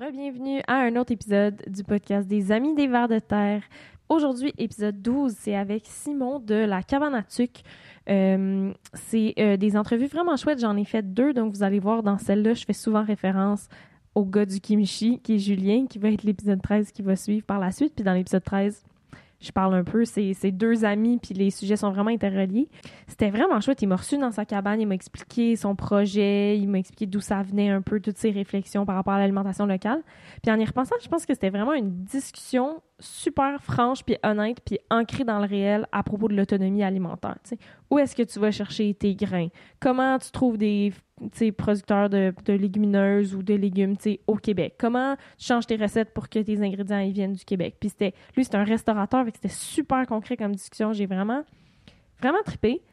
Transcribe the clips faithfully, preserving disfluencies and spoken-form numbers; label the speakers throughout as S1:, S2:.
S1: Re-bienvenue à un autre épisode du podcast des Amis des Vers de Terre. Aujourd'hui, épisode douze, c'est avec Simon de la Cabane à Tuc. Euh, c'est euh, des entrevues vraiment chouettes. J'en ai fait deux, donc vous allez voir dans celle-là, je fais souvent référence au gars du kimchi, qui est Julien, qui va être l'épisode treize qui va suivre par la suite. Puis dans l'épisode treize, je parle un peu, c'est, c'est deux amis, puis les sujets sont vraiment interreliés. C'était vraiment chouette. Il m'a reçu dans sa cabane, il m'a expliqué son projet, il m'a expliqué d'où ça venait un peu, toutes ses réflexions par rapport à l'alimentation locale. Puis en y repensant, je pense que c'était vraiment une discussion super franche, puis honnête, puis ancrée dans le réel à propos de l'autonomie alimentaire. T'sais. Où est-ce que tu vas chercher tes grains? Comment tu trouves des producteurs de, de légumineuses ou de légumes au Québec? Comment tu changes tes recettes pour que tes ingrédients ils viennent du Québec? Puis c'était, lui, c'est un restaurateur, fait que c'était super concret comme discussion. J'ai vraiment, vraiment trippé.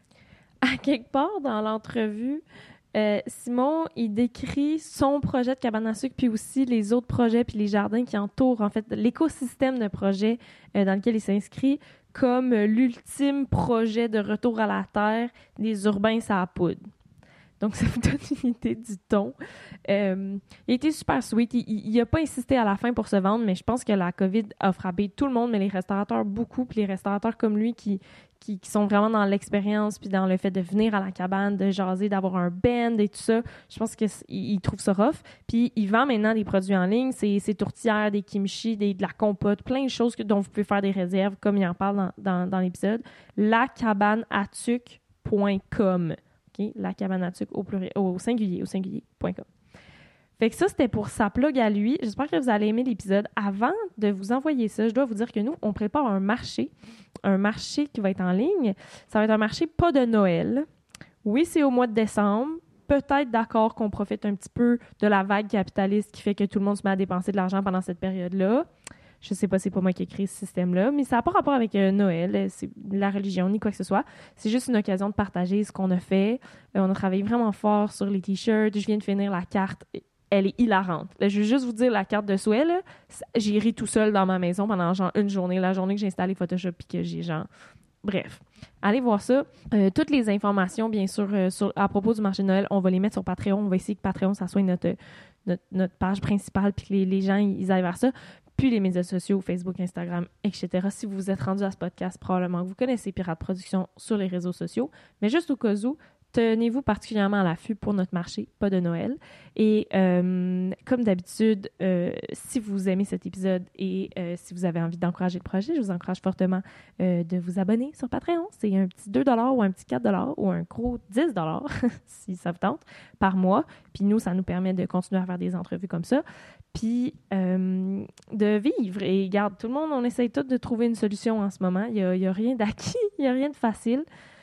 S1: À quelque part dans l'entrevue, euh, Simon, il décrit son projet de cabane à sucre, puis aussi les autres projets, puis les jardins qui entourent, en fait, l'écosystème de projets euh, dans lequel il s'inscrit, comme euh, l'ultime projet de retour à la terre des urbains à la poudre. Donc, ça vous donne une idée du ton. Euh, il a été super sweet. Il n'a pas insisté à la fin pour se vendre, mais je pense que la COVID a frappé tout le monde, mais les restaurateurs beaucoup, puis les restaurateurs comme lui qui, qui, qui sont vraiment dans l'expérience, puis dans le fait de venir à la cabane, de jaser, d'avoir un band et tout ça, je pense qu'ils trouvent ça rough. Puis, il vend maintenant des produits en ligne, c'est, c'est tourtières, des kimchi, des, de la compote, plein de choses que, dont vous pouvez faire des réserves, comme il en parle dans, dans, dans l'épisode. la cabane à tuc point com. Okay? La cabane à tuc au, pluriel, au singulier, au singulier point com. Fait que ça, c'était pour sa plug à lui. J'espère que vous allez aimer l'épisode. Avant de vous envoyer ça, je dois vous dire que nous, on prépare un marché. Un marché qui va être en ligne. Ça va être un marché pas de Noël. Oui, c'est au mois de décembre. Peut-être d'accord qu'on profite un petit peu de la vague capitaliste qui fait que tout le monde se met à dépenser de l'argent pendant cette période-là. Je sais pas, c'est pas moi qui ai créé ce système-là, mais ça n'a pas rapport avec euh, Noël, c'est la religion, ni quoi que ce soit. C'est juste une occasion de partager ce qu'on a fait. Euh, on a travaillé vraiment fort sur les t-shirts. Je viens de finir la carte. Elle est hilarante. Là, je veux juste vous dire, la carte de souhait, là, j'ai ri tout seul dans ma maison pendant genre une journée, la journée que j'ai installé Photoshop puis que j'ai genre... Bref, allez voir ça. Euh, toutes les informations, bien sûr, euh, sur, à propos du marché de Noël, on va les mettre sur Patreon. On va essayer que Patreon, ça soit notre, notre, notre page principale puis que les, les gens, ils aillent vers ça. Puis les médias sociaux, Facebook, Instagram, et cetera. Si vous vous êtes rendu à ce podcast, probablement que vous connaissez Pirate Production sur les réseaux sociaux. Mais juste au cas où, tenez-vous particulièrement à l'affût pour notre marché, pas de Noël. Et euh, comme d'habitude, euh, si vous aimez cet épisode et euh, si vous avez envie d'encourager le projet, je vous encourage fortement euh, de vous abonner sur Patreon. C'est un petit deux dollars ou un petit quatre dollars ou un gros dix dollars, si ça vous tente, par mois. Puis nous, ça nous permet de continuer à faire des entrevues comme ça. Puis euh, de vivre. Et regarde, tout le monde, on essaye tous de trouver une solution en ce moment. Il n'y a, il y a rien d'acquis, il n'y a rien de facile.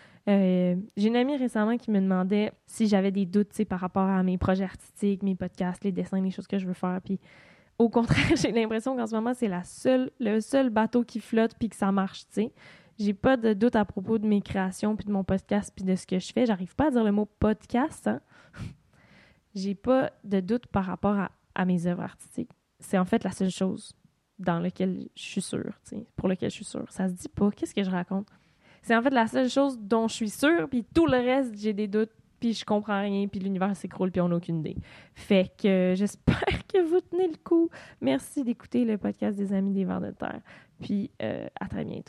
S1: Euh, j'ai une amie récemment qui me demandait si j'avais des doutes par rapport à mes projets artistiques, mes podcasts, les dessins, les choses que je veux faire. Puis au contraire, j'ai l'impression qu'en ce moment, c'est la seule, le seul bateau qui flotte puis que ça marche, tu sais. J'ai pas de doute à propos de mes créations puis de mon podcast puis de ce que je fais. J'arrive pas à dire le mot podcast, hein. J'ai pas de doute par rapport à, à mes œuvres artistiques. C'est en fait la seule chose dans laquelle je suis sûre, tu sais, pour laquelle je suis sûre. Ça se dit pas. Qu'est-ce que je raconte? C'est en fait la seule chose dont je suis sûre, puis tout le reste, j'ai des doutes, puis je comprends rien, puis l'univers s'écroule, puis on n'a aucune idée. Fait que euh, j'espère que vous tenez le coup. Merci d'écouter le podcast des Amis des Vers de Terre. Puis euh, à très bientôt.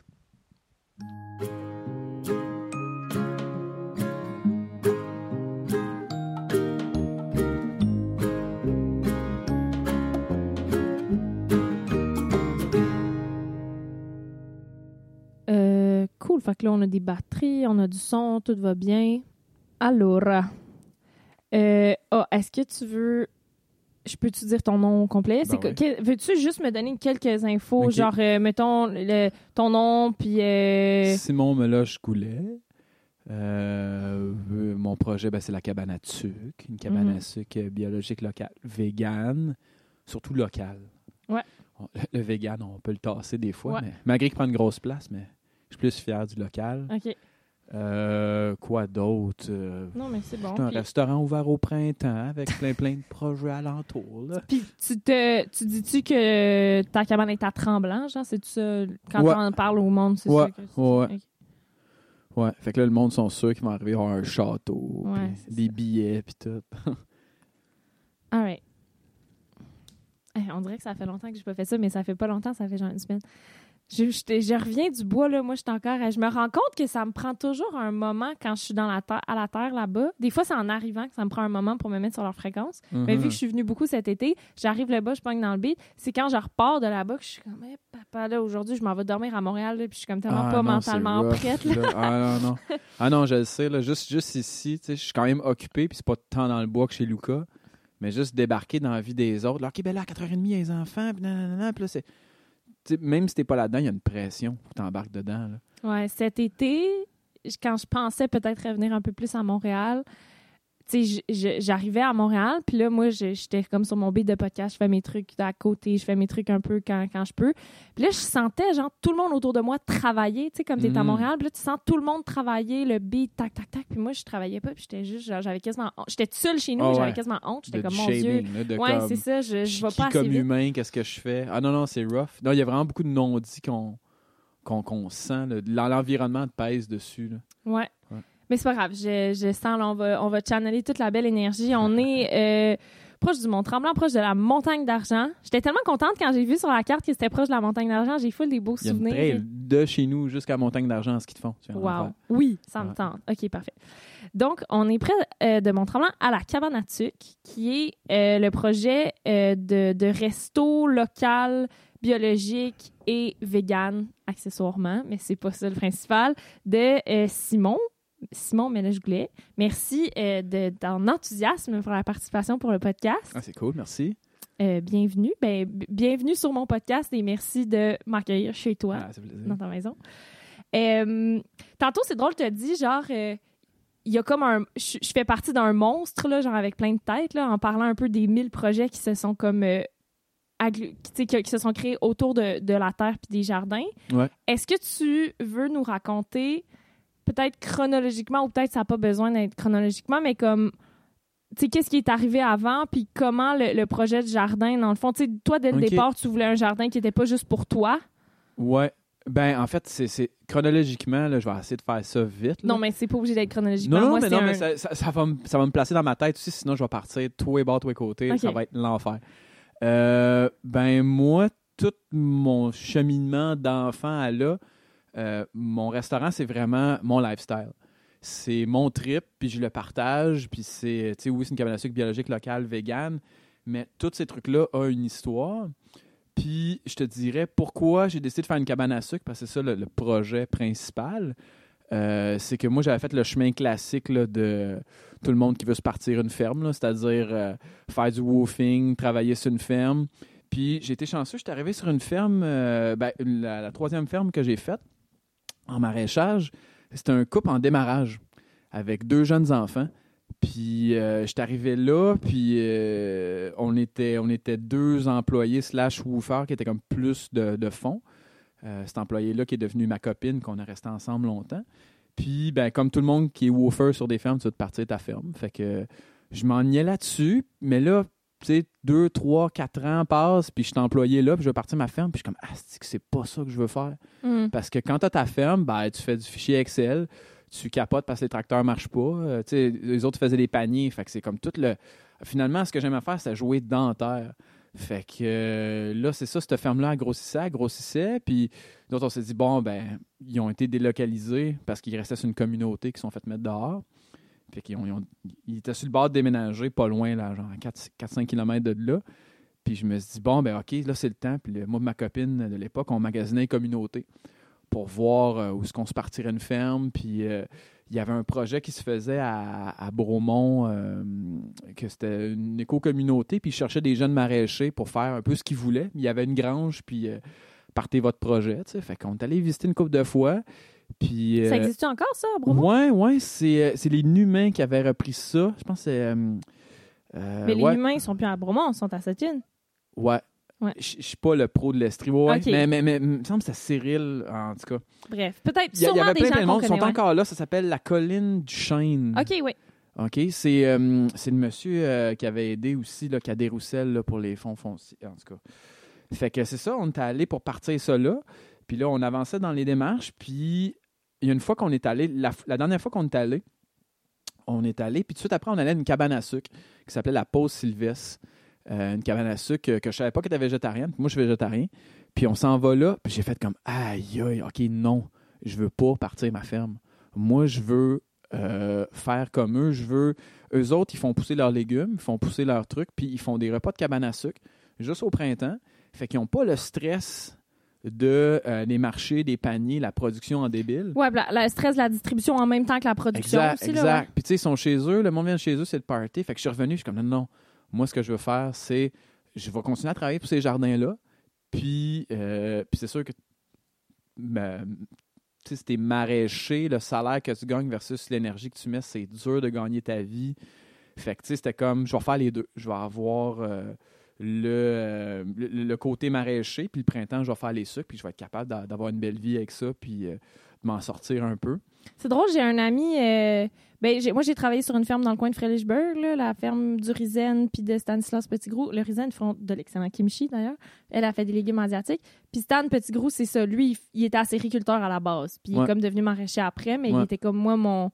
S1: Euh, cool. Fait que là, on a des batteries, on a du son, tout va bien. Alors, euh, oh, est-ce que tu veux... Je peux-tu dire ton nom complet?
S2: Ben
S1: C'est
S2: oui.
S1: que, veux-tu juste me donner quelques infos?
S2: Okay.
S1: Genre, euh, mettons, le, ton nom, puis... Euh...
S2: Simon Meloche-Goulet. Euh, mon projet, ben, c'est la cabane à tuc. Une cabane
S1: Mm-hmm.
S2: à sucre biologique locale. Vegan. Surtout locale.
S1: Ouais.
S2: On, le, le vegan, on peut le tasser des fois,
S1: Ouais.
S2: mais malgré qu'il prend une grosse place, mais je suis plus fier du local.
S1: OK.
S2: Euh, quoi d'autre? Euh,
S1: Non, mais c'est bon.
S2: c'est un
S1: Puis,
S2: restaurant ouvert au printemps avec plein plein de projets alentours. Là.
S1: puis tu, te, tu dis-tu que ta cabane est à Tremblant, genre? C'est-tu ça? Quand
S2: Ouais.
S1: tu en parles au monde, c'est
S2: Ouais.
S1: ça que tu dis?
S2: Ouais.
S1: OK.
S2: Ouais, fait que là, le monde sont sûrs qu'ils vont arriver à avoir un château,
S1: Ouais,
S2: puis
S1: c'est
S2: des
S1: ça.
S2: billets, puis tout.
S1: All right. Hey, on dirait que ça fait longtemps que j'ai pas fait ça, mais ça fait pas longtemps, ça fait genre une semaine. Je, je, je reviens du bois, là. Moi, je suis encore... Je me rends compte que ça me prend toujours un moment quand je suis dans la terre, à la terre, là-bas. Des fois, c'est en arrivant que ça me prend un moment pour me mettre sur leur fréquence. Mm-hmm. Mais vu que je suis venue beaucoup cet été, j'arrive là-bas, je pogne dans le beat. C'est quand je repars de là-bas que je suis comme, hey, papa, là, aujourd'hui, je m'en vais dormir à Montréal, là, puis je suis comme tellement
S2: ah,
S1: pas
S2: non,
S1: mentalement
S2: rough,
S1: prête, là.
S2: là. Ah non, non. Ah non, je le sais, là. Juste, juste ici, tu sais, je suis quand même occupé, puis c'est pas tant dans le bois que chez Luca. Mais juste débarquer dans la vie des autres. Là, OK, ben là, à quatre heures trente, il y a les enfants, puis nanana, puis là, c'est... T'sais, même si t'es pas là-dedans, il y a une pression. Faut que t'embarques dedans. Là.
S1: Ouais, cet été, quand je pensais peut-être revenir un peu plus à Montréal, tu sais, j'arrivais à Montréal, puis là, moi, j'étais comme sur mon beat de podcast, je fais mes trucs à côté, je fais mes trucs un peu quand, quand je peux. Puis là, je sentais, genre, tout le monde autour de moi travailler, tu sais, comme t'es mm. à Montréal, puis là, tu sens tout le monde travailler, le beat, tac, tac, tac, puis moi, je travaillais pas, puis j'étais juste, genre, j'avais quasiment honte. J'étais toute seule chez nous, oh, j'avais ouais. quasiment honte, j'étais comme, mon Dieu. Là, ouais, c'est ça, je, je vais pas assez
S2: comme
S1: vite.
S2: humain, qu'est-ce que je fais? Ah non, non, c'est rough. Non, il y a vraiment beaucoup de non-dits qu'on, qu'on, qu'on sent, là. L'environnement te pèse dessus, là.
S1: Ouais. ouais. Mais c'est pas grave, je, je sens, là, on va, on va channeler toute la belle énergie. On est euh, proche du Mont-Tremblant, proche de la montagne d'argent. J'étais tellement contente quand j'ai vu sur la carte que c'était proche de la montagne d'argent. J'ai full des beaux
S2: Il y a
S1: souvenirs.
S2: Une trail de chez nous jusqu'à la montagne d'argent en ski de fond.
S1: Wow. Oui, ça me tente. OK, parfait. Donc, on est près euh, de Mont-Tremblant à la Cabane à Tuc, qui est euh, le projet euh, de, de resto local, biologique et vegan, accessoirement, mais c'est pas ça le principal, de euh, Simon. Simon Ménage-Goulet. Merci euh, de ton enthousiasme pour la participation pour le podcast.
S2: Ah, c'est cool, merci.
S1: Euh, bienvenue. Ben, b- bienvenue sur mon podcast et merci de m'accueillir chez toi,
S2: ah,
S1: dans ta maison. Euh, tantôt, c'est drôle, tu as dit, genre, il euh, y a comme un... Je, je fais partie d'un monstre, là, genre avec plein de têtes, là, en parlant un peu des mille projets qui se sont comme... Euh, aglu- qui, qui se sont créés autour de, de la terre puis des jardins.
S2: Ouais.
S1: Est-ce que tu veux nous raconter... peut-être chronologiquement, ou peut-être ça n'a pas besoin d'être chronologiquement, mais comme, tu sais, qu'est-ce qui est arrivé avant, puis comment le, le projet de jardin, dans le fond, tu sais, toi, dès le okay. départ, tu voulais un jardin qui n'était pas juste pour toi?
S2: Ouais. Ben, en fait, c'est, c'est chronologiquement, là, je vais essayer de faire ça vite. Là.
S1: Non, mais c'est pas obligé d'être chronologiquement.
S2: Non, non,
S1: Moi,
S2: mais,
S1: c'est
S2: non,
S1: un...
S2: mais ça, ça, ça, va me, ça va me placer dans ma tête aussi, sinon je vais partir tous les bords, tous les côtés, okay. Ça va être l'enfer. Euh, ben, moi, tout mon cheminement d'enfant à là, Euh, mon restaurant, c'est vraiment mon lifestyle. C'est mon trip, puis je le partage, puis c'est, tu sais, oui, c'est une cabane à sucre biologique, locale, vegan, mais tous ces trucs-là ont une histoire. Puis, je te dirais, pourquoi j'ai décidé de faire une cabane à sucre, parce que c'est ça le, le projet principal. Euh, c'est que moi, j'avais fait le chemin classique là, de tout le monde qui veut se partir une ferme, là, c'est-à-dire euh, faire du woofing, travailler sur une ferme. Puis, j'ai été chanceux, j'étais arrivé sur une ferme, euh, ben, la, la troisième ferme que j'ai faite, en maraîchage, c'était un couple en démarrage avec deux jeunes enfants. Puis euh, j'étais arrivé là, puis euh, on, était, on était deux employés slash woofers qui étaient comme plus de, de fonds. Euh, cet employé-là qui est devenu ma copine, qu'on a resté ensemble longtemps. Puis, ben, comme tout le monde qui est woofer sur des fermes, tu vas te partir de ta ferme. Fait que je m'ennuyais là-dessus, mais là, tu sais, deux, trois, quatre ans passent, puis je suis employé là, puis je vais partir de ma ferme, puis je suis comme, ah, c'est que c'est pas ça que je veux faire. Mm. Parce que quand tu as ta ferme, ben, tu fais du fichier Excel, tu capotes parce que les tracteurs ne marchent pas. Euh, tu sais, les autres faisaient des paniers, fait que c'est comme tout le... Finalement, ce que j'aimais faire, c'était jouer dans terre. Fait que euh, là, c'est ça, cette ferme-là, elle grossissait, elle grossissait, puis nous autres, on s'est dit, bon, ben, ils ont été délocalisés parce qu'ils restaient sur une communauté qui sont fait mettre dehors. Fait qu'ils ont, ils, ont, ils étaient sur le bord de déménager, pas loin, là, genre à quatre à cinq kilomètres de là. Puis je me suis dit, bon, ben OK, là, c'est le temps. Puis le, moi et ma copine de l'époque, on magasinait une communauté pour voir euh, où est-ce qu'on se partirait une ferme. Puis euh, il y avait un projet qui se faisait à, à Bromont, euh, que c'était une éco-communauté. Puis ils cherchaient des jeunes maraîchers pour faire un peu ce qu'ils voulaient. Il y avait une grange, puis euh, partez votre projet. T'sais. Fait qu'on est allé visiter une couple de fois. Puis,
S1: ça
S2: euh,
S1: existe encore, ça, à Bromont?
S2: Oui, oui, c'est, c'est les Numains qui avaient repris ça. Je pense que c'est... Euh, euh,
S1: mais les
S2: ouais.
S1: Numains, ils sont plus à Bromont, ils sont à Sept-Îles.
S2: Ouais.
S1: ouais.
S2: Je ne suis pas le pro de l'Estrie. Ouais, okay. mais, mais, mais il me semble que c'est Cyril, en tout cas.
S1: Bref, peut-être
S2: il y,
S1: sûrement
S2: y avait
S1: des
S2: plein,
S1: gens
S2: plein de monde.
S1: Ils
S2: sont
S1: ouais.
S2: encore là. Ça s'appelle la Colline du Chêne.
S1: OK, oui.
S2: OK, c'est, euh, c'est le monsieur euh, qui avait aidé aussi, là, qui a des rousselles là, pour les fonds fonciers, en tout cas. Fait que c'est ça, on était allé pour partir ça là. Puis là, on avançait dans les démarches, puis... Il y a une fois qu'on est allé, la, la dernière fois qu'on est allé, on est allé, puis tout de suite après, on allait à une cabane à sucre qui s'appelait la Pause Sylvestre. euh, une cabane à sucre que, que je savais pas qu'elle était végétarienne. Moi, je suis végétarien. Puis on s'en va là, puis j'ai fait comme, aïe, aïe, OK, non, je veux pas partir ma ferme. Moi, je veux euh, faire comme eux. Je veux... Eux autres, ils font pousser leurs légumes, ils font pousser leurs trucs, puis ils font des repas de cabane à sucre juste au printemps. Fait qu'ils n'ont pas le stress de euh, des marchés, des paniers, la production en débile.
S1: Ouais, le stress de la distribution en même temps que la production
S2: exact,
S1: aussi.
S2: Exact,
S1: là, ouais.
S2: Puis tu sais, ils sont chez eux, le monde vient chez eux, c'est le party. Fait que je suis revenu, je suis comme, non, non, moi, ce que je veux faire, c'est, je vais continuer à travailler pour ces jardins-là, puis, euh, puis c'est sûr que, ben, tu sais, si t'es maraîcher, le salaire que tu gagnes versus l'énergie que tu mets, c'est dur de gagner ta vie. Fait que, tu sais, c'était comme, je vais faire les deux. Je vais avoir euh, le, euh, le, le côté maraîcher, puis le printemps, je vais faire les sucres, puis je vais être capable d'a- d'avoir une belle vie avec ça, puis euh, de m'en sortir un peu.
S1: C'est drôle, j'ai un ami... Euh, ben, j'ai, moi, j'ai travaillé sur une ferme dans le coin de Frédéricksburg, là, la ferme du Rizen puis de Stanislas Petitgrou. Le Rizen, ils font de l'excellent kimchi, d'ailleurs. Elle a fait des légumes asiatiques. Puis Stan Petitgrou, c'est ça. Lui, il, il était acériculteur à la base. Puis il
S2: ouais.
S1: est comme devenu maraîcher après, mais
S2: ouais.
S1: il était comme moi, mon...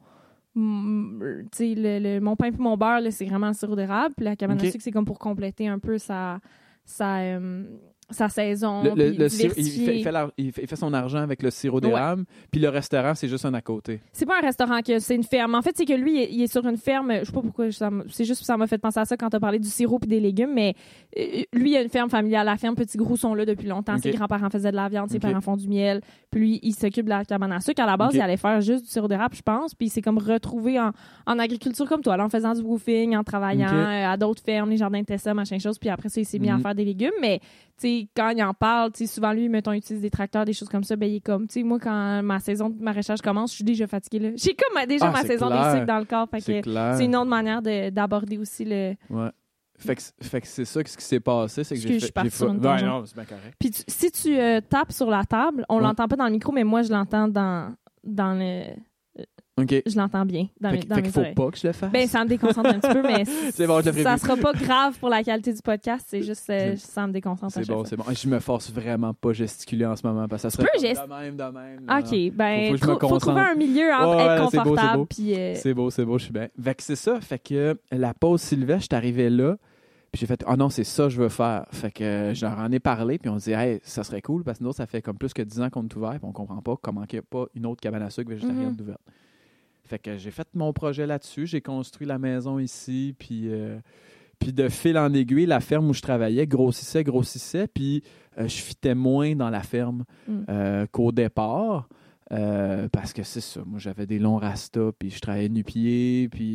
S1: M- tu sais, le, le, mon pain puis mon beurre, là, c'est vraiment le sirop d'érable. Puis la cabane
S2: okay.
S1: à sucre, c'est comme pour compléter un peu sa... sa euh, sa saison.
S2: Le, le, le
S1: sirop,
S2: il, fait, il, fait la, il fait son argent avec le sirop d'érable, ouais. Puis le restaurant, c'est juste un à côté.
S1: C'est pas un restaurant, que c'est une ferme. En fait, c'est que lui, il est sur une ferme. Je sais pas pourquoi, ça c'est juste que ça m'a fait penser à ça quand tu as parlé du sirop et des légumes, mais lui, il a une ferme familiale. La ferme Petitgrou sont là depuis longtemps. Okay. Ses grands-parents faisaient de la viande, ses okay. parents font du miel. Puis lui, il s'occupe de la cabane à sucre. À la base, okay. il allait faire juste du sirop d'érable, je pense. Puis il s'est comme retrouvé en, en agriculture comme toi, là, en faisant du woofing, en travaillant okay. à d'autres fermes, les jardins de Tessa, machin chose. Puis après ça, il s'est mis mm-hmm. à faire des légumes. Mais t'sais, quand il en parle, t'sais, souvent lui, mettons, il utilise des tracteurs, des choses comme ça, ben il est comme, tu sais, moi, quand ma saison de maraîchage commence, je suis déjà fatiguée, là. J'ai comme déjà ah, ma saison clair. des sucres dans le corps, fait c'est, que c'est une autre manière de, d'aborder aussi le...
S2: Ouais. Fait que, fait que c'est ça, ce qui s'est passé, c'est que, que j'ai fait...
S1: Je suis partie
S2: ouais, non, c'est bien correct.
S1: Puis tu, si tu euh, tapes sur la table, on ouais. l'entend pas dans le micro, mais moi, je l'entends dans, dans le...
S2: Okay.
S1: Je l'entends bien dans
S2: fait,
S1: mes, dans
S2: fait
S1: mes
S2: qu'il faut
S1: oreilles.
S2: pas que je le fasse.
S1: Ben, ça me déconcentre un petit peu, mais
S2: c'est bon, je le
S1: ça sera pas grave pour la qualité du podcast. C'est juste euh, ça me déconcentre.
S2: C'est bon, c'est bon. Je me force vraiment pas gesticuler en ce moment parce que ça serait
S1: tu peux gest...
S2: de même, de même.
S1: Là. OK, ben,
S2: faut, faut,
S1: trou- faut trouver un milieu entre
S2: ouais,
S1: être
S2: ouais,
S1: confortable
S2: c'est beau,
S1: puis... Euh...
S2: C'est beau, c'est beau, je suis bien. Fait que c'est ça, fait que la pause Sylvestre, je suis arrivé là, puis j'ai fait « Ah oh non, c'est ça que je veux faire. » Fait que euh, je leur en ai parlé, puis on dit « Hey, ça serait cool, parce que nous, ça fait comme plus que dix ans qu'on est ouvert, puis on comprend pas comment il n'y a pas une autre cabane à sucre végétarienne mm-hmm. ouverte. » Fait que j'ai fait mon projet là-dessus, j'ai construit la maison ici, puis, euh, puis de fil en aiguille, la ferme où je travaillais grossissait, grossissait, puis euh, je fitais moins dans la ferme mm. euh, qu'au départ, euh, parce que c'est ça, moi j'avais des longs rastas, puis je travaillais nu-pied, puis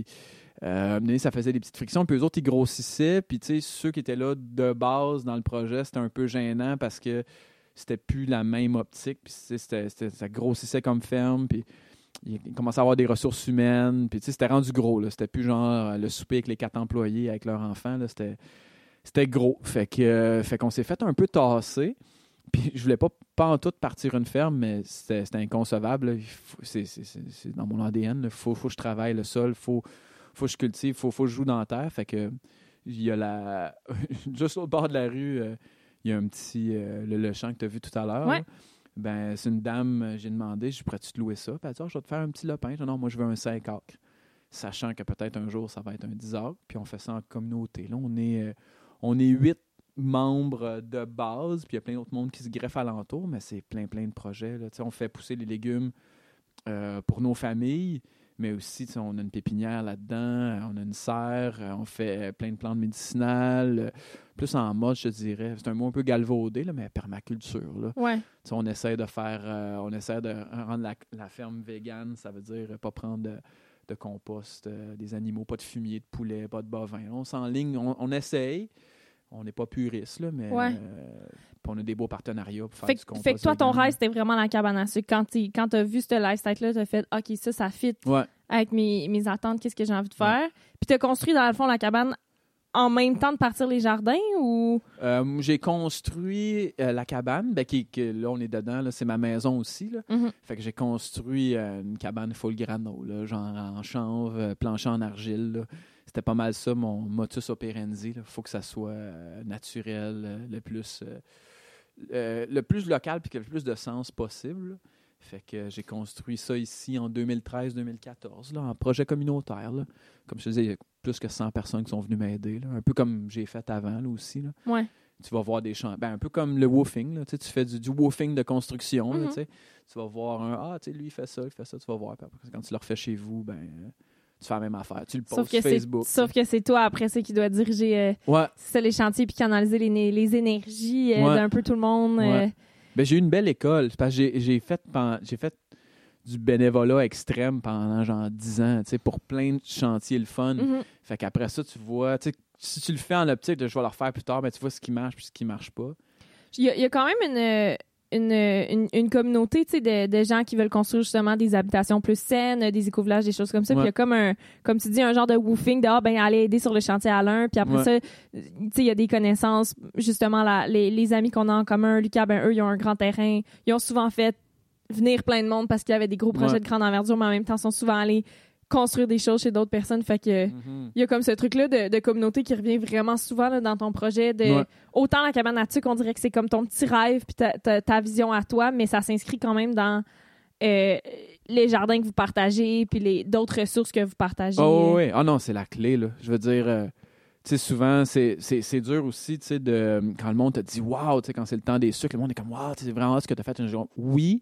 S2: euh, ça faisait des petites frictions, puis eux autres ils grossissaient, puis tu sais, ceux qui étaient là de base dans le projet, c'était un peu gênant parce que c'était plus la même optique, puis c'était, c'était, ça grossissait comme ferme, puis il commençait à avoir des ressources humaines. Puis, tu sais, c'était rendu gros. Là. C'était plus genre le souper avec les quatre employés, avec leurs enfants. Là. C'était, c'était gros. Fait, que, euh, fait qu'on s'est fait un peu tasser. Puis, je voulais pas, pas en tout partir une ferme, mais c'était, c'était inconcevable. Là. Faut, c'est, c'est, c'est, c'est dans mon A D N. Il faut, faut que je travaille le sol. Il faut, faut que je cultive. Il faut, faut que je joue dans la terre. Fait que, il y a la... Juste au bord de la rue, euh, il y a un petit... Euh, le, le champ que tu as vu tout à l'heure.
S1: Ouais.
S2: Là. Ben, c'est une dame, j'ai demandé, je pourrais-tu te louer ça? Puis elle a dit, oh, je vais te faire un petit lopin. Je dis, non, moi, je veux un cinq acres. Sachant que peut-être un jour, ça va être un dix acres. Puis on fait ça en communauté. Là, on est, euh, on est huit membres de base. Puis il y a plein d'autres monde qui se greffent alentour. Mais c'est plein, plein de projets. Là. On fait pousser les légumes euh, pour nos familles. Mais aussi, on a une pépinière là-dedans. On a une serre. On fait plein de plantes médicinales. Plus en mode, je te dirais, c'est un mot un peu galvaudé, là, mais permaculture. Là.
S1: Ouais.
S2: On essaie de faire, euh, on essaie de rendre la, la ferme végane, ça veut dire pas prendre de, de compost, euh, des animaux, pas de fumier de poulet, pas de bovin. Là, on s'enligne, on, on essaye. On n'est pas puriste, là, mais
S1: ouais.
S2: euh, on a des beaux partenariats pour faire
S1: fait,
S2: du compost.
S1: Fait que toi,
S2: vegan.
S1: ton rêve, c'était vraiment la cabane à sucre. Quand tu quand as vu ce lifestyle-là, tu as fait « OK, ça, ça fit
S2: ouais.
S1: avec mes, mes attentes, qu'est-ce que j'ai envie de faire? Ouais. » Puis tu as construit, dans le fond, la cabane en même temps de partir les jardins ou...
S2: Euh, j'ai construit euh, la cabane, ben, qui, qui, là, on est dedans, là, c'est ma maison aussi. Là.
S1: Mm-hmm.
S2: Fait que j'ai construit euh, une cabane full grano, là, genre en chanvre, euh, plancher en argile. Là. C'était pas mal ça, mon motus operandi. Il faut que ça soit euh, naturel, euh, le plus euh, euh, le plus local puis que le plus de sens possible. Là. Fait que euh, j'ai construit ça ici en deux mille treize deux mille quatorze, là, en projet communautaire. Là. Comme je te disais, il y a plus que cent personnes qui sont venues m'aider. Là. Un peu comme j'ai fait avant là, aussi. Là.
S1: Ouais.
S2: Tu vas voir des champs. Ben, un peu comme le woofing. Là, tu fais du, du woofing de construction.
S1: Mm-hmm.
S2: Là, tu vas voir un Ah, tu sais, lui, il fait ça, il fait ça, tu vas voir. Puis après, quand tu le refais chez vous, ben, euh, tu fais la même affaire. Tu le postes sur Facebook.
S1: Sauf que c'est toi, après, c'est qui doit diriger euh,
S2: ouais.
S1: ça, les chantiers puis canaliser les, les énergies euh,
S2: ouais.
S1: d'un peu tout le monde.
S2: Ouais.
S1: Euh...
S2: Ben, j'ai eu une belle école. Parce que j'ai, j'ai, fait, j'ai fait du bénévolat extrême pendant genre dix ans, tu sais, pour plein de chantiers le fun.
S1: Mm-hmm.
S2: Fait qu'après ça, tu vois, tu sais, si tu le fais en optique de je vais le refaire plus tard, ben tu vois ce qui marche puis ce qui marche pas.
S1: Il y a, il y a quand même une, une, une, une communauté, tu sais, de, de gens qui veulent construire justement des habitations plus saines, des écouvelages, des choses comme ça. Ouais. Puis il y a comme un, comme tu dis, un genre de woofing de ah, ben aller aider sur le chantier à l'un. Puis après ouais. ça, tu sais, il y a des connaissances, justement, la, les, les amis qu'on a en commun, Lucas, ben eux, ils ont un grand terrain. Ils ont souvent fait venir plein de monde parce qu'il y avait des gros projets ouais. de grande envergure, mais en même temps, ils sont souvent allés construire des choses chez d'autres personnes. Fait que mm-hmm. il y a comme ce truc-là de, de communauté qui revient vraiment souvent là, dans ton projet. De, ouais. Autant la cabane à tuque, on dirait que c'est comme ton petit rêve puis ta, ta, ta vision à toi, mais ça s'inscrit quand même dans euh, les jardins que vous partagez puis les, d'autres ressources que vous partagez.
S2: Oh oui, ah oh, non, c'est la clé. Là. Je veux dire... Euh... Tu sais, souvent, c'est, c'est, c'est dur aussi, tu sais, de, quand le monde te dit « Wow », tu sais, quand c'est le temps des sucres, le monde est comme « Wow, c'est vraiment ce que tu as fait une journée. » Oui,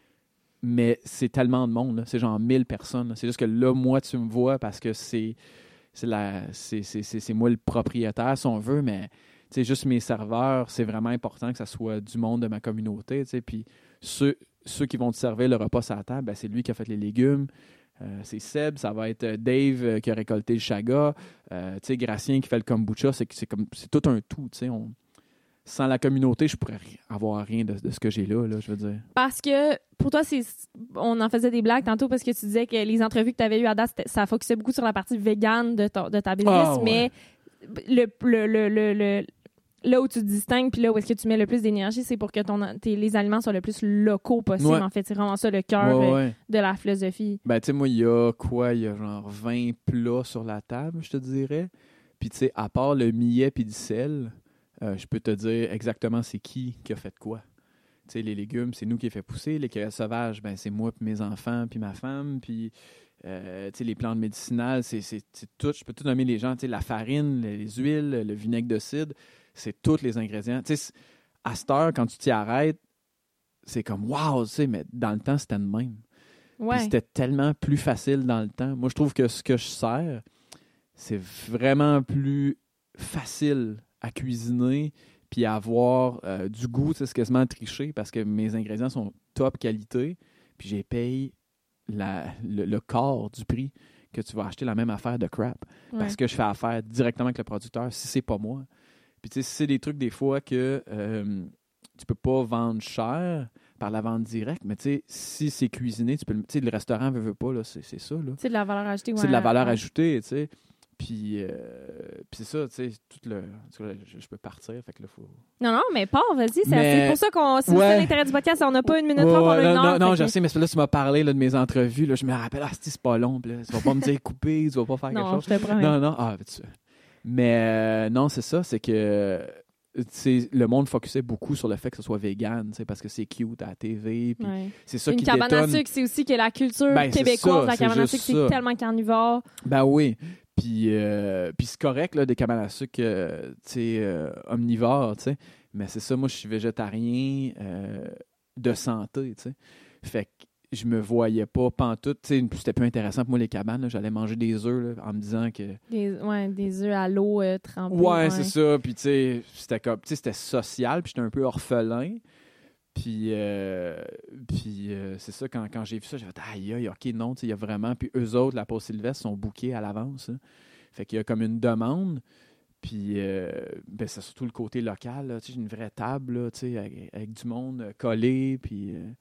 S2: mais c'est tellement de monde, là. C'est genre mille personnes. Là. C'est juste que là, moi, tu me vois parce que c'est, c'est, la, c'est, c'est, c'est, c'est moi le propriétaire, si on veut, mais tu sais, juste mes serveurs, c'est vraiment important que ça soit du monde de ma communauté, tu sais, puis ceux, ceux qui vont te servir le repas sur la table, ben, c'est lui qui a fait les légumes. Euh, c'est Seb, ça va être Dave euh, qui a récolté le chaga, euh, tu sais, Gracien qui fait le kombucha, c'est, c'est, comme, c'est tout un tout, tu sais. On... Sans la communauté, je pourrais avoir rien de, de ce que j'ai là, là, je veux dire.
S1: Parce que, pour toi, c'est on en faisait des blagues tantôt parce que tu disais que les entrevues que tu avais eues à date, ça focusait beaucoup sur la partie végane de, ton, de ta business, oh, ouais. mais le, le, le, le, le, là où tu te distingues puis là où est-ce que tu mets le plus d'énergie, c'est pour que ton, tes, les aliments soient le plus locaux possible, ouais. en fait. C'est vraiment ça le cœur ouais, ouais. de la philosophie.
S2: Ben, tu sais, moi, il y a quoi? Il y a genre vingt plats sur la table, je te dirais. Puis, tu sais, à part le millet puis du sel... Euh, je peux te dire exactement c'est qui qui a fait quoi. Tu sais, les légumes, c'est nous qui les fait pousser. Les cueillettes sauvages, ben, c'est moi puis mes enfants puis ma femme. Puis, euh, tu sais, les plantes médicinales, c'est, c'est, c'est tout. Je peux tout nommer les gens. Tu sais, la farine, les huiles, le vinaigre de cidre, c'est tous les ingrédients. Tu sais, à cette heure, quand tu t'y arrêtes, c'est comme wow, tu sais, mais dans le temps, c'était de même.
S1: Ouais.
S2: Puis c'était tellement plus facile dans le temps. Moi, je trouve que ce que je sers, c'est vraiment plus facile à cuisiner puis à avoir euh, du goût, c'est quasiment tricher parce que mes ingrédients sont top qualité puis j'ai payé la, le, le quart du prix que tu vas acheter la même affaire de crap ouais. parce que je fais affaire directement avec le producteur si c'est pas moi. Puis tu sais, c'est des trucs des fois que euh, tu peux pas vendre cher par la vente directe, mais tu sais, si c'est cuisiné, tu peux le, tu sais, le restaurant veut, veut pas, là, c'est, c'est ça. Là.
S1: C'est de la valeur ajoutée. Ouais,
S2: c'est de la valeur
S1: ouais.
S2: ajoutée, tu sais. Puis, euh, puis c'est ça, tu sais, tout le... Je, je peux partir, fait que là, faut...
S1: Non, non, mais pars, vas-y. C'est,
S2: mais...
S1: c'est pour ça qu'on... Si
S2: ouais.
S1: c'est l'intérêt du podcast, on n'a pas une minute
S2: ouais,
S1: trente, on a une
S2: non,
S1: heure.
S2: Non, non,
S1: que...
S2: je sais, mais là, tu m'as parlé là, de mes entrevues. Là, je me rappelle, ah, c'est pas long. Là, tu vas pas me dire couper, tu vas pas faire
S1: non,
S2: quelque chose.
S1: Non, je te promets.
S2: Non, non, ah, tu... Mais euh, non, c'est ça, c'est que... T'sais, le monde focusait beaucoup sur le fait que ce soit vegan, parce que c'est cute à la T V. Puis
S1: ouais.
S2: c'est ça
S1: une
S2: qui
S1: cabane
S2: détonne.
S1: à sucre, c'est aussi que la culture
S2: ben,
S1: québécoise,
S2: ça,
S1: la cabane à sucre, c'est tellement carnivore.
S2: Ben oui. Puis, euh, puis c'est correct, là, des cabanes à sucre euh, euh, omnivores, t'sais. Mais c'est ça, moi, je suis végétarien euh, de santé, t'sais. Fait que je me voyais pas pantoute. T'sais, c'était plus intéressant pour moi, les cabanes. Là. J'allais manger des œufs là, en me disant que...
S1: Des, ouais, des œufs à l'eau euh, trempés.
S2: Ouais,
S1: ouais,
S2: c'est ça. Puis, tu sais, c'était comme... Tu sais, c'était social, puis j'étais un peu orphelin. Puis, euh, puis euh, c'est ça, quand, quand j'ai vu ça, j'ai fait « Aïe, aïe, OK, non, tu sais, il y a vraiment... » Puis eux autres, la pause Sylvestre, sont bookés à l'avance. Hein. Fait qu'il y a comme une demande. Puis, euh, ben, c'est surtout le côté local. Là, tu sais, j'ai une vraie table, là, tu sais, avec, avec du monde collé, puis... Euh,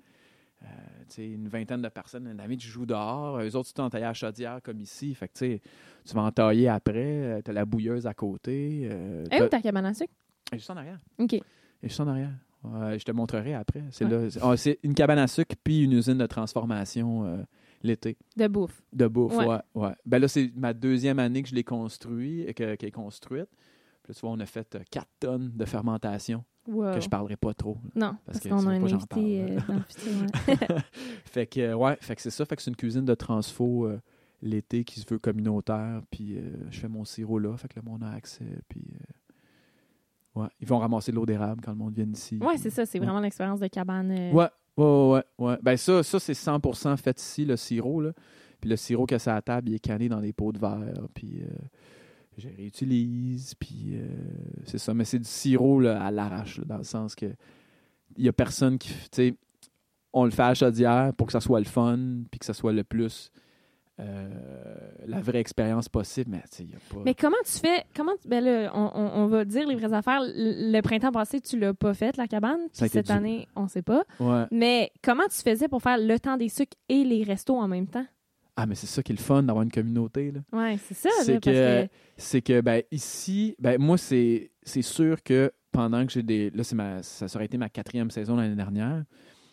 S2: Euh, une vingtaine de personnes, un ami, tu joues dehors. Eux autres, tu t'entailles à la chaudière comme ici. Fait que tu vas entailler après. Tu as la bouilleuse à côté. Euh,
S1: Et où ta cabane à sucre?
S2: Elle est juste en arrière.
S1: OK.
S2: Elle est juste en arrière. Euh, je te montrerai après. C'est, ouais. là, c'est, oh, c'est une cabane à sucre puis une usine de transformation euh, l'été.
S1: De bouffe.
S2: De bouffe, ouais.
S1: ouais.
S2: ouais. Ben là, c'est ma deuxième année que je l'ai construit, que, qu'elle est construite. Puis là, tu vois, on a fait quatre tonnes de fermentation.
S1: Wow.
S2: Que je parlerai pas trop.
S1: Non, parce, parce qu'on a un invité euh, dans le futur. Ouais.
S2: fait que, ouais, fait que c'est ça. Fait que c'est une cuisine de transfo euh, l'été qui se veut communautaire, puis euh, je fais mon sirop là, fait que le monde a accès, puis euh, ouais, ils vont ramasser de l'eau d'érable quand le monde vient ici.
S1: Ouais,
S2: puis,
S1: c'est ça, c'est
S2: ouais.
S1: vraiment l'expérience de cabane. Euh...
S2: Ouais, ouais, ouais, ouais. Ben ça, ça c'est cent pour cent fait ici, le sirop, là. Puis le sirop que c'est à la table, il est canné dans des pots de verre, puis euh, je réutilise, puis euh, c'est ça. Mais c'est du sirop là, à l'arrache, là, dans le sens que il y a personne qui, tu sais, on le fait à la chaudière pour que ça soit le fun, puis que ça soit le plus euh, la vraie expérience possible, mais tu sais, il y a pas...
S1: Mais comment tu fais, comment tu, ben là, on, on, on va dire les vraies affaires, le, le printemps passé, tu l'as pas fait, la cabane, puis cette
S2: dur.
S1: année, on sait pas.
S2: Ouais.
S1: Mais comment tu faisais pour faire le temps des sucres et les restos en même temps?
S2: Ah, mais c'est ça qui est le fun d'avoir une communauté, là.
S1: Ouais, c'est ça,
S2: c'est
S1: là,
S2: que,
S1: parce que...
S2: c'est que, ben, ici, ben, moi, c'est, c'est sûr que pendant que j'ai des... Là, c'est ma, ça aurait été ma quatrième saison l'année dernière.